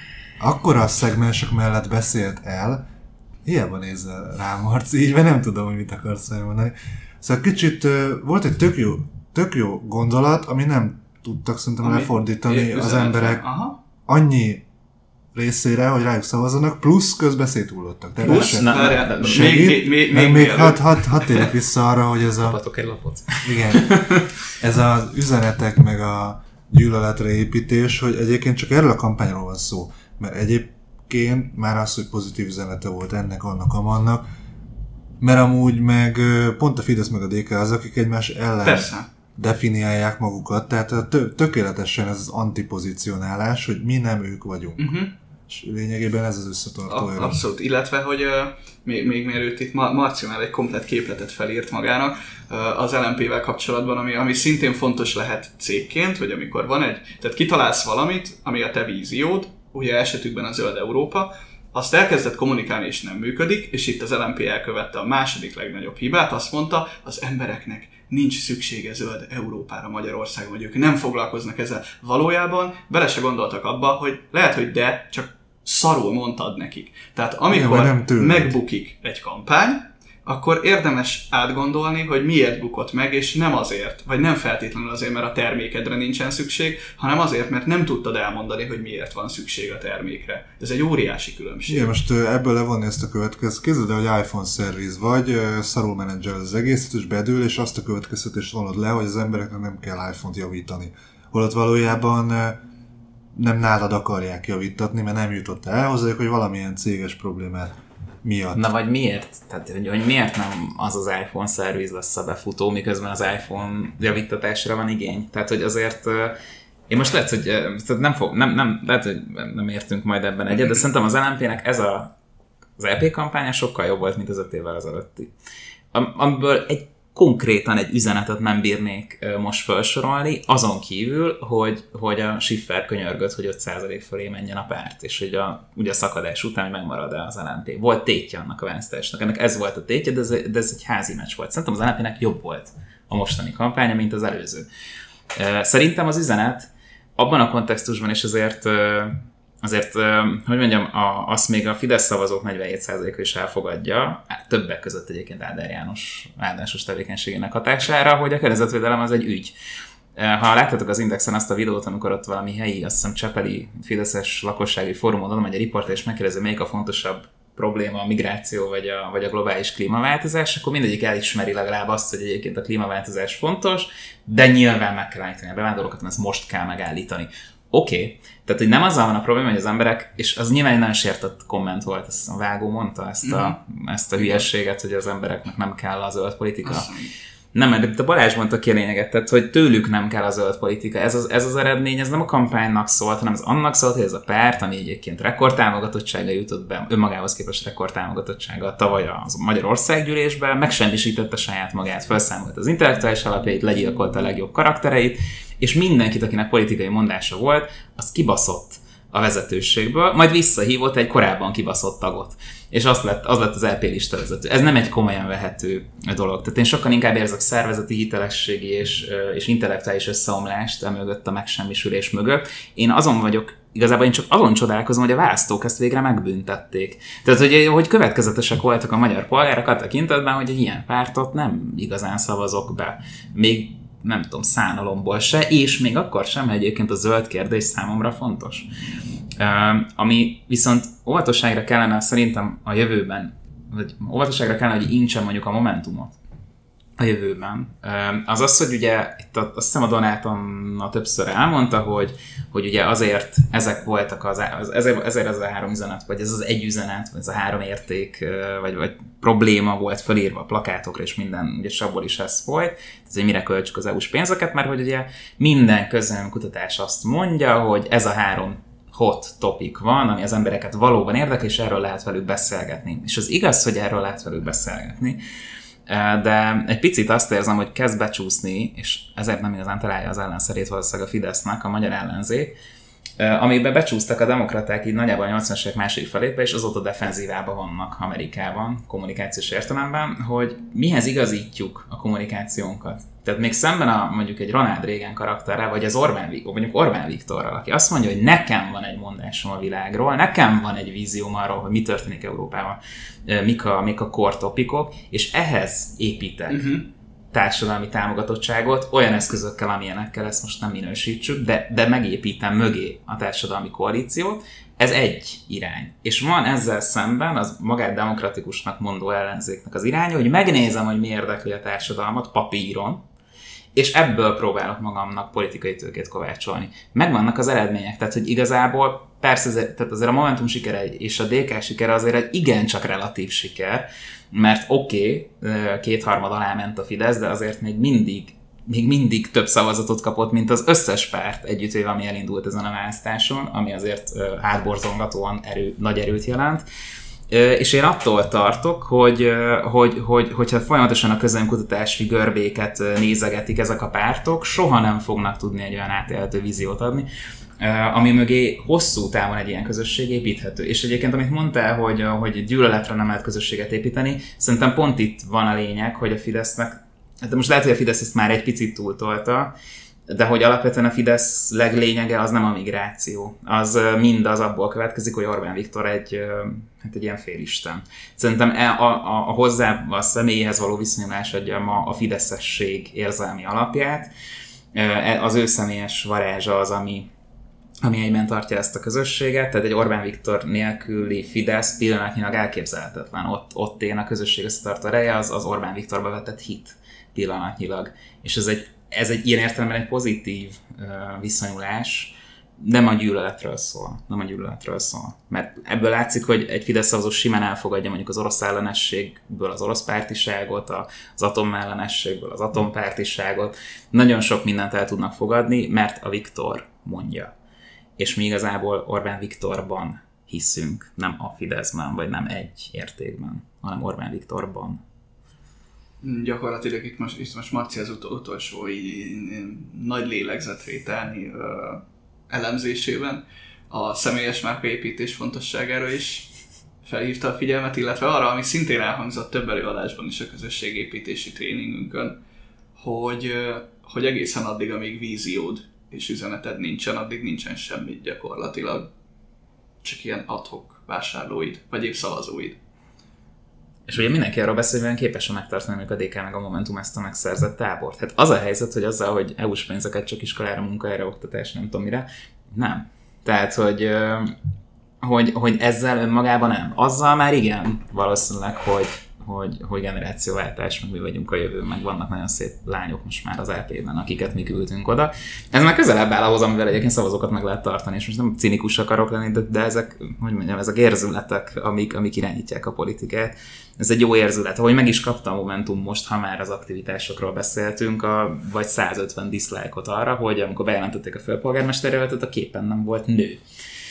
akkora a szegmensek mellett beszélt el, hiába nézzel rám, Marci, így, mert nem tudom, hogy mit akarsz elmondani. Szóval kicsit volt egy tök jó, tök jó gondolat, ami nem tudtak szerintem ami lefordítani az emberek aha. annyi részére, hogy rájuk szavazzanak, plusz közben széthullottak. Plusz? Na, na, na, még, még, még, még, még hadd had, had térjek vissza arra, hogy ez a... Kapatok egy lapot. Igen. Ez az üzenetek, meg a gyűlöletre építés, hogy egyébként csak erről a kampányról van szó. Mert egyébként már az, hogy pozitív üzenete volt ennek, annak, amannak, mert amúgy meg pont a Fidesz meg a dé ká az, akik egymás ellen Persze. definiálják magukat, tehát tö- tökéletesen ez az antipozícionálás, hogy mi nem ők vagyunk. Uh-huh. És lényegében ez az összetartója. Abszolút, illetve, hogy uh, még, még mielőtt itt Mar- Marci már egy komplet képletet felírt magának uh, az el em pével kapcsolatban, ami, ami szintén fontos lehet cégként, hogy amikor van egy, tehát kitalálsz valamit, ami a te víziód, ugye esetükben a zöld Európa, azt elkezdett kommunikálni és nem működik, és itt az el em pé elkövette a második legnagyobb hibát, azt mondta, az embereknek nincs szüksége zöld Európára Magyarországon, hogy ők nem foglalkoznak ezzel. Valójában bele se gondoltak abba, hogy lehet, hogy de, csak szarul mondtad nekik. Tehát amikor igen, megbukik egy kampány, akkor érdemes átgondolni, hogy miért bukott meg, és nem azért, vagy nem feltétlenül azért, mert a termékedre nincsen szükség, hanem azért, mert nem tudtad elmondani, hogy miért van szükség a termékre. Ez egy óriási különbség. Igen, most ebből levonni ezt a következőt. Képzeld el, hogy iPhone szerviz vagy, szarul menedzseled az egészet, és bedől, és azt a következtetést vonod le, hogy az embereknek nem kell iPhone-t javítani. Holott valójában nem nálad akarják javítatni, mert nem jutott el hozzájuk, hogy valamilyen céges problémát miatt. Na vagy miért? Tehát, hogy, hogy miért nem az az iPhone szerviz lesz a befutó, miközben az iPhone javítatásra van igény? Tehát, hogy azért én most lehet, hogy nem, fog, nem, nem, lehet, hogy nem értünk majd ebben egyet, de szerintem az el em pé-nek ez a, az é pé kampánya sokkal jobb volt, mint az öt évvel ezelőtti. Amiből egy konkrétan egy üzenetet nem bírnék most felsorolni, azon kívül, hogy, hogy a Schiffer könyörgött, hogy öt százalék fölé menjen a párt, és hogy a, ugye a szakadás után, hogy megmarad-e az el em pé. Volt tétje annak a választásnak, ennek ez volt a tétje, de ez, de ez egy házi meccs volt. Szerintem az el em pé-nek jobb volt a mostani kampánya, mint az előző. Szerintem az üzenet abban a kontextusban is azért, azért hogy mondjam, a, azt még a Fidesz szavazók negyvenhét százaléka is elfogadja, többek között egyébként Áder János áldásos tevékenységének hatására, hogy a környezetvédelem az egy ügy. Ha láttátok az Indexen azt a videót, amikor ott valami helyi, azt hiszem csepeli fideszes lakossági fórumon oda megy a riporter, és megkérdezi, melyik a fontosabb probléma, a migráció vagy a, vagy a globális klímaváltozás, akkor mindegyik elismeri legalább azt, hogy egyébként a klímaváltozás fontos, de nyilván meg kell állítani a bevándorlókat, mert ezt most kell megállítani. Oké, okay. Tehát hogy nem azzal van a probléma, hogy az emberek, és az nyilván egy nagyon sértett komment volt, ezt a Vágó mondta, ezt a, mm. ezt a hülyességet, hogy az embereknek nem kell a zöld politika. Azt nem, mert a Balázs mondta ki a lényeget, tehát hogy tőlük nem kell a zöld politika. Ez az, ez az eredmény, ez nem a kampánynak szólt, hanem az annak szólt, hogy ez a párt, ami egyébként rekordtámogatottsága jutott be, önmagához képest rekordtámogatottsága tavaly a Magyarországgyűlésben, megsemmisítette saját magát, felszámolt az intellektuális alapjait, legyilkolta a legjobb karaktereit, és mindenkit, akinek politikai mondása volt, az kibaszott a vezetőségből, majd visszahívott egy korábban kibaszott tagot. És az lett az, lett az el pé listavezető. Ez nem egy komolyan vehető dolog. Tehát én sokkal inkább érzek szervezeti hitelességi és, és intellektuális összeomlást emögött a megsemmisülés mögött. Én azon vagyok, igazából én csak azon csodálkozom, hogy a választók ezt végre megbüntették. Tehát, hogy, hogy következetesek voltak a magyar polgárok a tekintetben, hogy egy ilyen pártot nem igazán szavazok be. Még nem tudom, szánalomból se, és még akkor sem egyébként a zöld kérdés számomra fontos. Uh, ami viszont óvatosságra kellene szerintem a jövőben, vagy óvatosságra kellene, hogy incsen mondjuk a Momentumot a jövőben. Uh, az az, hogy ugye itt a, azt hiszem a Donátonna többször elmondta, hogy, hogy ugye azért ezek voltak az, az ezért, ezért ez a három üzenet, vagy ez az egy üzenet, vagy ez a három érték, vagy, vagy probléma volt felírva a plakátokra, és minden, ugye abból is ez folyt, tehát hogy mire költsük az é u-s pénzeket, mert hogy ugye minden közvéleménykutatás azt mondja, hogy ez a három hot topic van, ami az embereket valóban érdekel, és erről lehet velük beszélgetni. És az igaz, hogy erről lehet velük beszélgetni, de egy picit azt érzem, hogy kezd becsúszni, és ezért nem igazán találja az ellenszerét valószínűleg a Fidesznek, a magyar ellenzék, amiben becsúsztak a demokraták így nagyjából a nyolcvanas évek második felébe, és azóta defenzívában vannak Amerikában, kommunikációs értelemben, hogy mihez igazítjuk a kommunikációnkat. Tehát még szemben a, mondjuk egy Ronald Reagan karakterrel, vagy az Orbán, vagy mondjuk Orbán Viktorral, aki azt mondja, hogy nekem van egy mondásom a világról, nekem van egy vízióm arról, hogy mi történik Európában, mik a, mik a core topikok, és ehhez építek uh-huh. társadalmi támogatottságot, olyan eszközökkel, amilyenekkel ezt most nem minősítsük, de, de megépítem mögé a társadalmi koalíciót, ez egy irány. És van ezzel szemben az magát demokratikusnak mondó ellenzéknek az iránya, hogy megnézem, hogy mi érdekli a társadalmat papíron, és ebből próbálok magamnak politikai tőkét kovácsolni. Megvannak az eredmények, tehát hogy igazából persze azért, tehát azért a Momentum sikere és a dé ká sikere azért egy igencsak relatív siker, mert oké, okay, kétharmad alá ment a Fidesz, de azért még mindig, még mindig több szavazatot kapott, mint az összes párt együttvéve, ami elindult ezen a választáson, ami azért hátborzongatóan erő, nagy erőt jelent. És én attól tartok, hogy, hogy, hogy, hogyha folyamatosan a közvéleménykutatási görbéket nézegetik ezek a pártok, soha nem fognak tudni egy olyan átélhető víziót adni, ami mögé hosszú távon egy ilyen közösség építhető. És egyébként, amit mondtál, hogy, hogy gyűlöletre nem lehet közösséget építeni, szerintem pont itt van a lényeg, hogy a Fidesznek, hát most lehet, hogy a Fidesz ezt már egy picit túltolta, de hogy alapvetően a Fidesz leglényege az nem a migráció. Az mind az abból következik, hogy Orbán Viktor egy, hát egy ilyen félisten. Szerintem a, a, a hozzá a személyhez való viszonyulás adja ma a fideszesség érzelmi alapját. Az ő személyes varázsa az, ami, ami egyben tartja ezt a közösséget, tehát egy Orbán Viktor nélküli Fidesz pillanatnyilag elképzelhetetlen. Ott, ott én a közösség összetartó ereje, az, az Orbán Viktorba vetett hit pillanatnyilag. És ez egy Ez egy ilyen értelemben egy pozitív uh, viszonyulás, nem a gyűlöletről szól. Nem a gyűlöletről szól. Mert ebből látszik, hogy egy Fidesz szavazó simán elfogadja mondjuk az orosz ellenességből az orosz pártiságot, az atomellenességből az atompártiságot. Nagyon sok mindent el tudnak fogadni, mert a Viktor mondja. És mi igazából Orbán Viktorban hiszünk, nem a Fideszben, vagy nem egy értékben, hanem Orbán Viktorban. Gyakorlatilag itt most, itt most Marci az utol, utolsó így, így, nagy lélegzetvételni ö, elemzésében a személyes márkaépítés fontosságára is felhívta a figyelmet, illetve arra, ami szintén elhangzott több előadásban is a közösségépítési tréningünkön, hogy, ö, hogy egészen addig, amíg víziód és üzeneted nincsen, addig nincsen semmit gyakorlatilag. Csak ilyen ad-hoc vásárlóid, vagy épp szavazóid. És ugye mindenki arról beszél, hogy képes megtartani mondjuk a dé ká meg a Momentum ezt a megszerzett tábort. Hát az a helyzet, hogy azzal, hogy é u-s pénzeket csak iskolára, munkahelyre, oktatás, nem tudom mire, nem. Tehát, hogy, hogy, hogy ezzel önmagában nem. Azzal már igen, valószínűleg, hogy, hogy, hogy generációváltás, meg mi vagyunk a jövő, meg vannak nagyon szép lányok most már az é pé-ben, akiket mi küldtünk oda. Ez már közelebb áll ahhoz, amivel egyébként szavazókat meg lehet tartani, és most nem cinikus akarok lenni, de, de ezek, hogy mondjam, ezek érzületek, amik, amik irányítják a politikát. Ez egy jó érzület. Ahogy meg is kapta a Momentum most, ha már az aktivitásokról beszéltünk, a, vagy százötven diszlájkot arra, hogy amikor bejelentették a főpolgármesterjelöltet, a képen nem volt nő.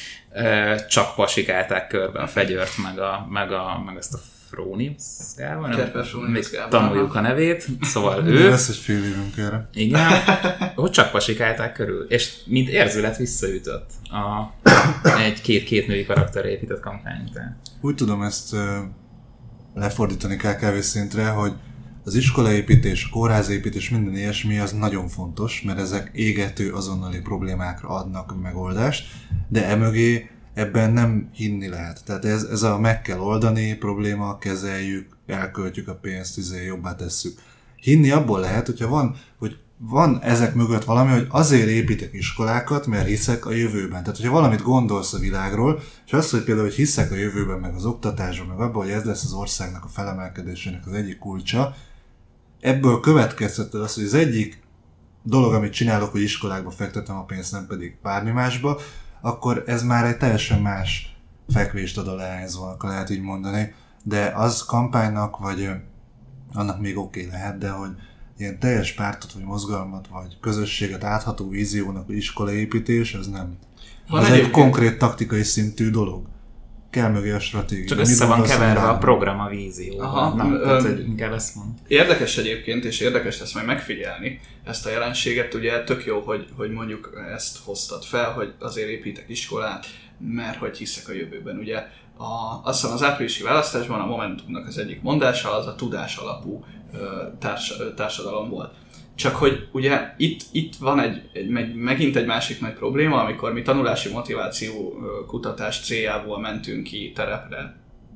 Csak pasikálták körbe a Fegyőrt, meg, a, meg, a, meg ezt a Fróniusz Gábor, még tanuljuk a nevét, szóval ő... Lesz egy fél évünk erre. Igen, hogy csak pasikálták körül, és mint érzület visszaütött a, egy két-két női karakterre épített kampány után. Úgy tudom ezt uh, lefordítani ká ká vé szintre, hogy az iskolaépítés, a kórházépítés, minden ilyesmi az nagyon fontos, mert ezek égető azonnali problémákra adnak megoldást, de emögé ebben nem hinni lehet. Tehát ez, ez a meg kell oldani probléma, kezeljük, elköltjük a pénzt, izé, jobbá tesszük. Hinni abból lehet, hogyha van, hogy van ezek mögött valami, hogy azért építek iskolákat, mert hiszek a jövőben. Tehát, hogyha valamit gondolsz a világról, és azt, hogy például, hogy hiszek a jövőben, meg az oktatásban, meg abban, hogy ez lesz az országnak a felemelkedésének az egyik kulcsa, ebből következtetted azt, hogy az egyik dolog, amit csinálok, hogy iskolákba fektetem a pénzt, nem pedig bármi másba, akkor ez már egy teljesen más fekvést ad a leányzónak, lehet így mondani. De az kampánynak, vagy annak még oké okay lehet, de hogy ilyen teljes pártot, vagy mozgalmat, vagy közösséget átható víziónak, vagy iskolaépítés, ez nem. Van ez egy konkrét taktikai szintű dolog. Kell mögé a stratégia. Csak össze van keverve a program a vízió. Aha, nem, ö, tehát, hogy inkább ezt mondom. Érdekes egyébként, és érdekes lesz majd megfigyelni ezt a jelenséget. Ugye tök jó, hogy, hogy mondjuk ezt hoztad fel, hogy azért építek iskolát, mert hogy hiszek a jövőben. Ugye a, azt hiszem az áprilisi választásban a Momentumnak az egyik mondása az a tudás alapú társ, társadalom volt. Csak hogy ugye itt, itt van egy, egy, megint egy másik nagy probléma, amikor mi tanulási motiváció kutatás céljából mentünk ki terepre,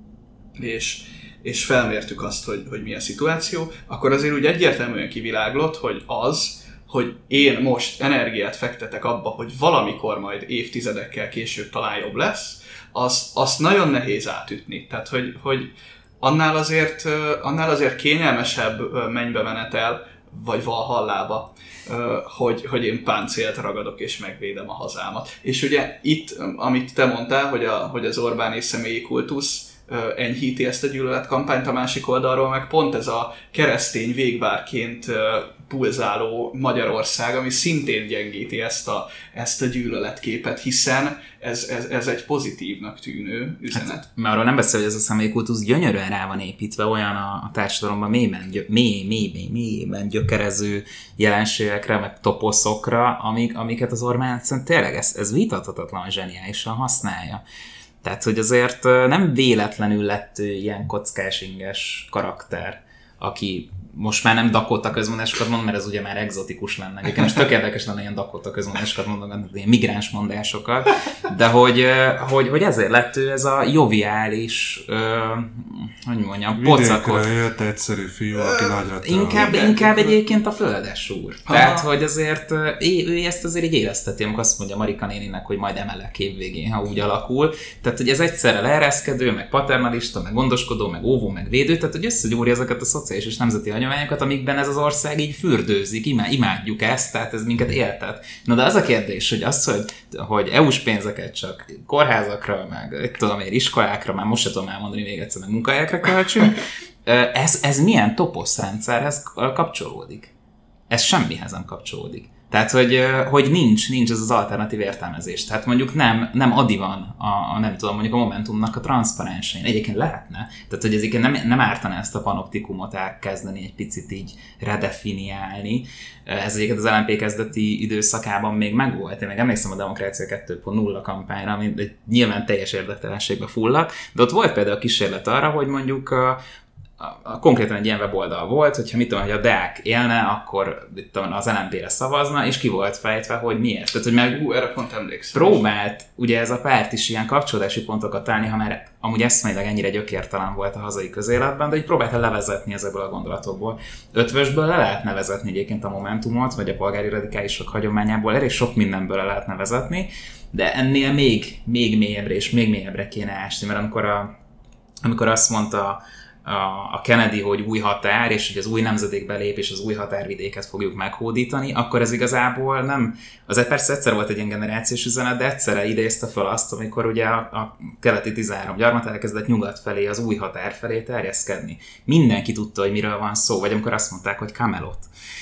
és, és felmértük azt, hogy, hogy mi a szituáció, akkor azért úgy egyértelműen kiviláglott, hogy az, hogy én most energiát fektetek abba, hogy valamikor majd évtizedekkel később talán jobb lesz, az, azt nagyon nehéz átütni. Tehát, hogy, hogy annál, azért, annál azért kényelmesebb mennybe menetel, vagy valhallába, hogy, hogy én páncélt ragadok és megvédem a hazámat. És ugye itt, amit te mondtál, hogy, a, hogy az Orbáni személyi kultusz enyhíti ezt a gyűlöletkampányt, a másik oldalról meg pont ez a keresztény végvárként pulzáló Magyarország, ami szintén gyengíti ezt a, ezt a gyűlöletképet, hiszen ez, ez, ez egy pozitívnak tűnő üzenet. Hát, mert arról nem beszél, hogy ez a személyi kultusz gyönyörűen rá van építve olyan a, a társadalomban mélyben, gyö, mély, mély, mély, mélyben gyökerező jelenségekre, meg toposzokra, amik, amiket az Orbán tényleg ez, ez vitathatatlan zseniálisan használja. Tehát, hogy azért nem véletlenül lett ilyen kockás inges karakter, aki most már nem Dakota közmondásokat mond, mert ez ugye már egzotikus lenne. Nekem most tök érdekes lenne ilyen Dakota közmondásokat mondani, ilyen migráns mondásokat, de hogy, hogy, hogy ezért lett ő ez a joviális, hogy mondjam, pocakot. Vidékről jött egyszerű fiú, aki nagyra tör. Inkább, inkább egyébként a földes úr. Ha. Tehát, hogy azért ő ezt azért így érezteti, amikor azt mondja Marika néninek, hogy majd emelek évvégén, ha úgy alakul. Tehát, hogy ez egyszerre leereszkedő, meg paternalista, meg gondoskodó, meg óvó, meg védő, tehát, hogy összegyúrja ezeket a szociális szociális és nemzeti hagyományokat, amikben ez az ország így fürdőzik, imádjuk ezt, tehát ez minket éltet. Na de az a kérdés, hogy az, hogy, hogy é u-s pénzeket csak kórházakra, meg tudom én, iskolákra, már most sem tudom elmondani még egyszer, meg munkahelyekre költsünk, ez, ez milyen toposz rendszerhez kapcsolódik? Ez semmihez nem kapcsolódik. Tehát, hogy, hogy nincs, nincs ez az alternatív értelmezés. Tehát mondjuk nem, nem adi van a, a, nem tudom, mondjuk a Momentumnak a transzparensein. Egyébként lehetne. Tehát, hogy ezért nem, nem ártana ezt a panoptikumot elkezdeni egy picit így redefiniálni. Ez egyébként az el em pé kezdeti időszakában még megvolt. Én még emlékszem a Demokrácia kettő pont nulla kampányra, ami nyilván teljes érdektelenségbe fulladt, de ott volt például a kísérlet arra, hogy mondjuk A, a, konkrétan egy ilyen weboldal volt, hogyha mit tudom, hogy a Deák élne, akkor mit tudom, az el em pére szavazna, és ki volt fejtve, hogy miért. Tehát, hogy meg Ú, erre pont emlékszem. Próbált ugye ez a párt is ilyen kapcsolódási pontokat találni, ha már amúgy eszmeileg ennyire gyökértelen volt a hazai közéletben, de így próbálta levezetni ezekből a gondolatokból. Ötvösből le lehet nevezetni egyébként a Momentumot, vagy a polgári radikálisok hagyományából, elég sok mindenből le lehet nevezetni, de ennél még, még mélyebbre és még mélyebbre kéne ásni, mert amikor, a, amikor azt mondta a Kennedy, hogy új határ, és hogy az új nemzedék belép, és az új határvidéket fogjuk meghódítani, akkor ez igazából nem... Azért persze egyszer volt egy ilyen generációs üzenet, de egyszerre idézte fel azt, amikor ugye a, a keleti tizenhárom gyarmat elkezdett nyugat felé, az új határ felé terjeszkedni. Mindenki tudta, hogy miről van szó, vagy amikor azt mondták, hogy Camelot.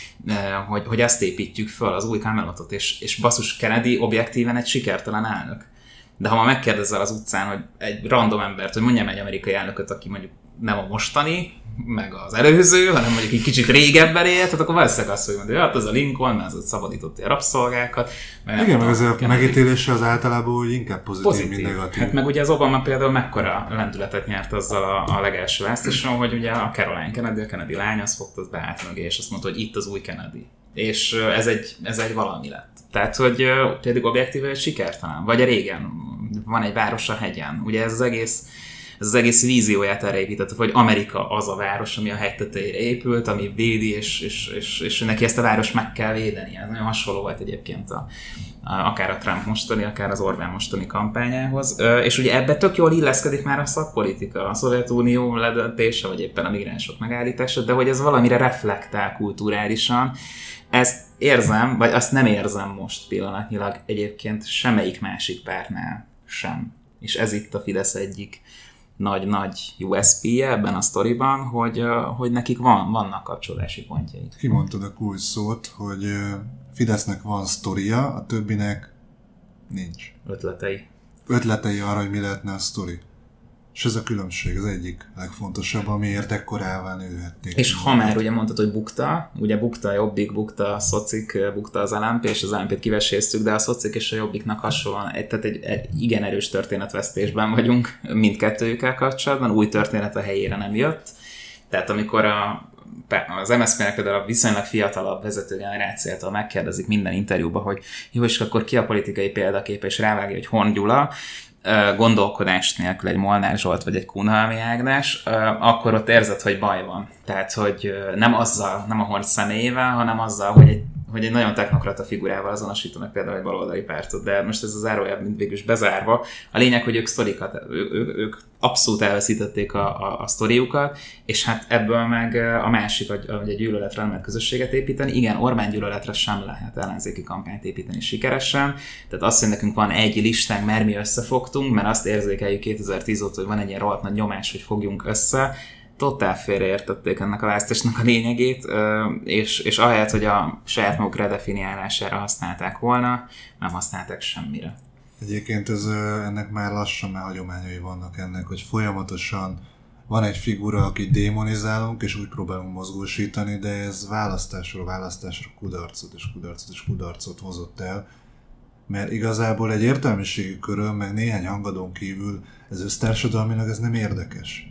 Hogy, hogy ezt építjük föl, az új Camelotot, és, és basszus, Kennedy objektíven egy sikertelen elnök. De ha ma megkérdezel az utcán, hogy egy random embert, hogy mondjam egy amerikai elnököt, aki mondjuk nem a mostani, meg az előző, hanem mondjuk egy kicsit régebben élt, tehát akkor valószínűleg azt mondja, hogy hát az a Lincoln, mert az szabadította a rabszolgákat. Igen, meg az a megítélése az általában úgy inkább pozitív, pozitív, mint negatív. Hát meg ugye az Obama például mekkora lendületet nyert azzal a, a legelső választáson, hogy ugye a Caroline Kennedy, a Kennedy lány, az fogta az beállt mögé, és azt mondta, hogy itt az új Kennedy. És ez egy, ez egy valami lett. Tehát, hogy pedig objektíve egy sikertelen. Vagy a régen van egy város a hegyen. Ugye ez az egész ez az egész vízióját erre építette, hogy Amerika az a város, ami a hegy tetejére épült, ami védi, és, és, és, és neki ezt a város meg kell védeni. Ez nagyon hasonló volt egyébként a, a, akár a Trump mostani, akár az Orbán mostani kampányához. És ugye ebbe tök jól illeszkedik már a szakpolitika, a Szovjetunió ledöntése, vagy éppen a migránsok megállítása, de hogy ez valamire reflektál kulturálisan. Ezt érzem, vagy azt nem érzem most pillanatnyilag egyébként semmelyik másik pártnál sem. És ez itt a Fidesz egyik nagy-nagy u es pé-je ebben a sztoriban, hogy, hogy nekik van, vannak kapcsolási pontjai. Kimondtad a kulcs szót, hogy Fidesznek van sztoria, a többinek nincs. Ötletei. Ötletei arra, hogy mi lehetne a sztori. És ez a különbség az egyik legfontosabb, amiért ekkorává nőhették. És ha már ugye mondtad, hogy bukta, ugye bukta a Jobbik, bukta a Szocik, bukta az el em pé, és az el em pét kiveséztük, de a Szocik és a Jobbiknak hasonlóan, egy, tehát egy, egy igen erős történetvesztésben vagyunk mindkettőjükkel kapcsolatban, új történet a helyére nem jött. Tehát amikor a, az em es zé pé-nek például a viszonylag fiatalabb vezető generációtól megkérdezik minden interjúban, hogy jó, és akkor ki a politikai példaképe, és rávágja, hogy Horn Gyula, gondolkodás nélkül egy Molnár Zsolt vagy egy Kunhalmi Ágnes, akkor ott érzed, hogy baj van. Tehát, hogy nem azzal, nem a Horn személyével, hanem azzal, hogy egy, hogy egy nagyon technokrata figurával azonosítanak például egy baloldali pártot, de most ez az zárójel mind végül is bezárva. A lényeg, hogy ők sztorikat, ő, ő, ők abszolút elveszítették a, a, a sztoriukat, és hát ebből meg a másik, hogy egy gyűlöletre nem lehet közösséget építeni. Igen, Orbán gyűlöletre sem lehet ellenzéki kampányt építeni sikeresen. Tehát azt, hogy nekünk van egy listánk, mert mi összefogtunk, mert azt érzékeljük kétezer-tíz óta, hogy van egy ilyen rohadt nagy nyomás, hogy fogjunk össze. Totál félreértették ennek a választásnak a lényegét, és, és ahelyett, hogy a saját maguk redefiniálására használták volna, nem használták semmire. Egyébként ez, ennek már lassan már hagyományai vannak ennek, hogy folyamatosan van egy figura, akit démonizálunk, és úgy próbálunk mozgósítani, de ez választásról választásra kudarcot és kudarcot és kudarcot hozott el, mert igazából egy értelmiségi körön, meg néhány hangadón kívül ez össztársadalmilag ez nem érdekes.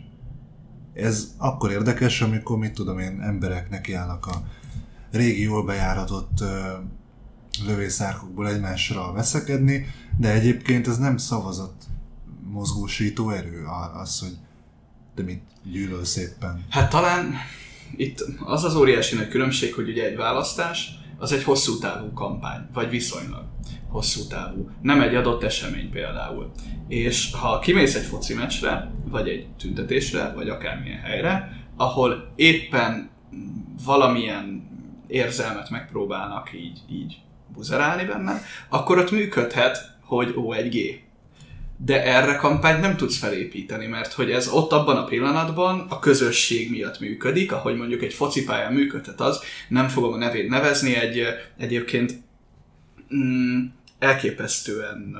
Ez akkor érdekes, amikor, mit tudom én, emberek nekiállnak a régi jól bejáratott ö, lövészárkokból egymásra veszekedni, de egyébként ez nem szavazat mozgósító erő az, hogy de mit gyűlölsz éppen. Hát talán itt az az óriási nagy különbség, hogy ugye egy választás az egy hosszú távú kampány, vagy viszonylag hosszú távú. Nem egy adott esemény például. És ha kimész egy foci meccsre, vagy egy tüntetésre, vagy akármilyen helyre, ahol éppen valamilyen érzelmet megpróbálnak így, így buzerálni benne, akkor ott működhet, hogy ó egy gé. De erre kampányt nem tudsz felépíteni, mert hogy ez ott abban a pillanatban a közösség miatt működik, ahogy mondjuk egy focipályán működhet az, nem fogom a nevét nevezni, egy egyébként mm, elképesztően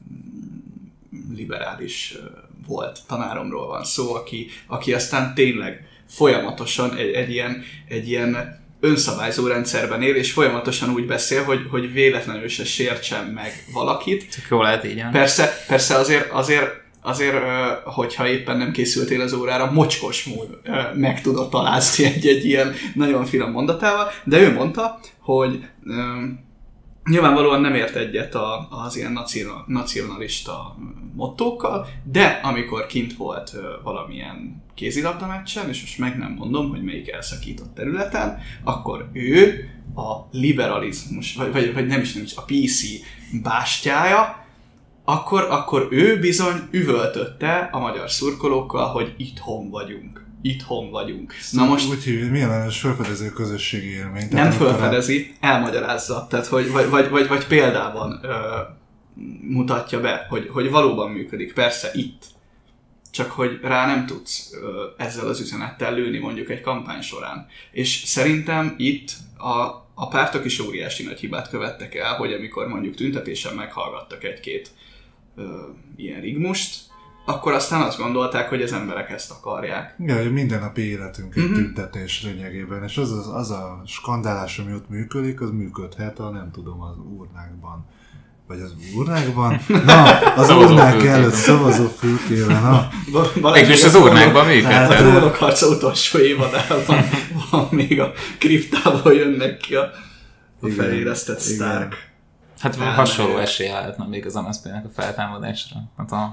uh, liberális uh, volt tanáromról van szó, aki, aki aztán tényleg folyamatosan egy, egy, ilyen, egy ilyen önszabályzó rendszerben él, és folyamatosan úgy beszél, hogy, hogy véletlenül se sértsen meg valakit. Csak jól lehet így. Persze, persze azért, azért, azért, hogyha éppen nem készültél az órára, mocskos mód meg tudod talázni egy-egy ilyen nagyon finom mondatával, de ő mondta, hogy nyilvánvalóan nem ért egyet a, az ilyen nacionalista mottókkal, de amikor kint volt valamilyen kézilabda meccsen, és most meg nem mondom, hogy melyik elszakított területen, akkor ő a liberalizmus, vagy, vagy, vagy nem is nem is, a pé cé bástyája, akkor, akkor ő bizony üvöltötte a magyar szurkolókkal, hogy itthon vagyunk. Itthon vagyunk. Na most... Úgy hívjuk, milyen ellenes felfedező közösségi élmény. Nem felfedezi, a... elmagyarázza. Tehát, hogy, vagy, vagy, vagy, vagy példában ö, mutatja be, hogy, hogy valóban működik. Persze itt. Csak hogy rá nem tudsz ö, ezzel az üzenettel lőni mondjuk egy kampány során. És szerintem itt a, a pártok is óriási nagy hibát követtek el, hogy amikor mondjuk tüntetésen meghallgattak egy-két ö, ilyen rigmust, akkor aztán azt gondolták, hogy az emberek ezt akarják. Igen, hogy mindennapi életünk egy uh-huh. tüntetés lényegében, és az, az, az a skandálás, ami ott működik, az működhet a nem tudom, az urnákban. Vagy az urnákban? Na, az urnák előtt szavazófülkében, na. Mégis az urnákban működhet. A Trónok harca utolsó évadában van még a kriptából jönnek ki a, a feléreztett Stark. Hát Elmegy. Hasonló esélye lehetne még az em es zé pé-nek a feltámadásra. Hát a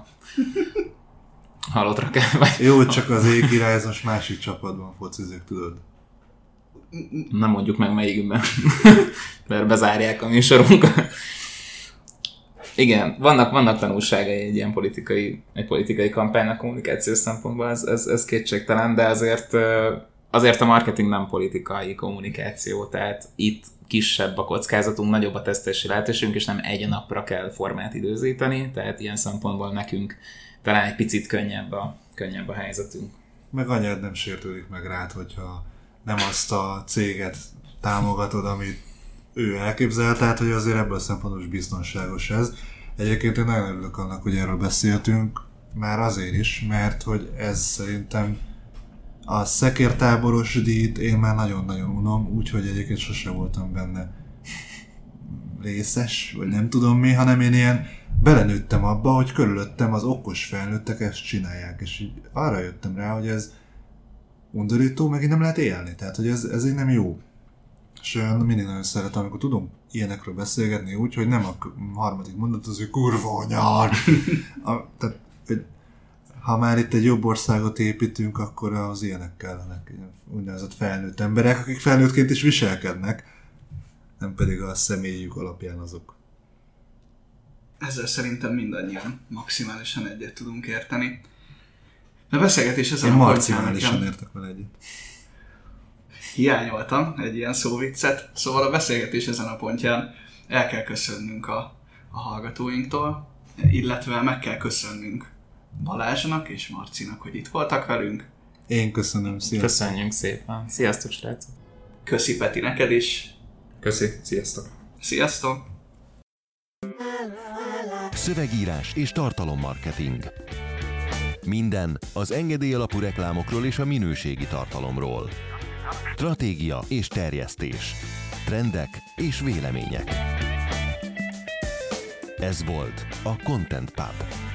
halottra kell vagy. Jó, csak az Éjkirály, ez most másik csapatban focizik, tudod? Nem mondjuk meg melyikben, mert bezárják a műsorunkat. Igen, vannak, vannak tanulságai egy ilyen politikai, egy politikai kampánynak kommunikációs szempontból, ez, ez, ez kétségtelen, de azért, azért a marketing nem politikai kommunikáció, tehát itt kisebb a kockázatunk, nagyobb a tesztelési lehetőségünk, és nem egy napra kell formát időzíteni, tehát ilyen szempontból nekünk talán egy picit könnyebb a, könnyebb a helyzetünk. Meg anyád nem sértődik meg rád, hogyha nem azt a céget támogatod, amit ő elképzelt, tehát hogy azért ebből a szempontból is biztonságos ez. Egyébként én nagyon örülök annak, hogy erről beszéltünk, már azért is, mert hogy ez szerintem a szekértáboros díjt én már nagyon-nagyon unom, úgyhogy egyébként sose voltam benne részes, vagy nem tudom mi, hanem én ilyen belenőttem abba, hogy körülöttem az okos felnőttek ezt csinálják, és így arra jöttem rá, hogy ez undorító, meg így nem lehet élni, tehát hogy ez, ez így nem jó. És mindig nagyon szeretem, amikor tudom ilyenekről beszélgetni úgy, hogy nem a harmadik mondat az, hogy kurva anyár. A, tehát, hogy ha már itt egy jobb országot építünk, akkor az ilyenek kellenek, úgynevezett felnőtt emberek, akik felnőttként is viselkednek, nem pedig a személyük alapján azok. Ezzel szerintem mindannyian maximálisan egyet tudunk érteni. A beszélgetés ezen Én a maximálisan értek vele egyet. Hiányoltam egy ilyen szóviccet, szóval a beszélgetés ezen a pontján el kell köszönnünk a, a hallgatóinktól, illetve meg kell köszönnünk Balázsnak és Marcinak, hogy itt voltak velünk. Én köszönöm, sziasztok. Köszönjük szépen. Sziasztok, srácok. Köszi Peti neked is. Köszi, sziasztok. Sziasztok. Szövegírás és tartalommarketing. Minden az engedély alapú reklámokról és a minőségi tartalomról. Stratégia és terjesztés. Trendek és vélemények. Ez volt a Content Pub.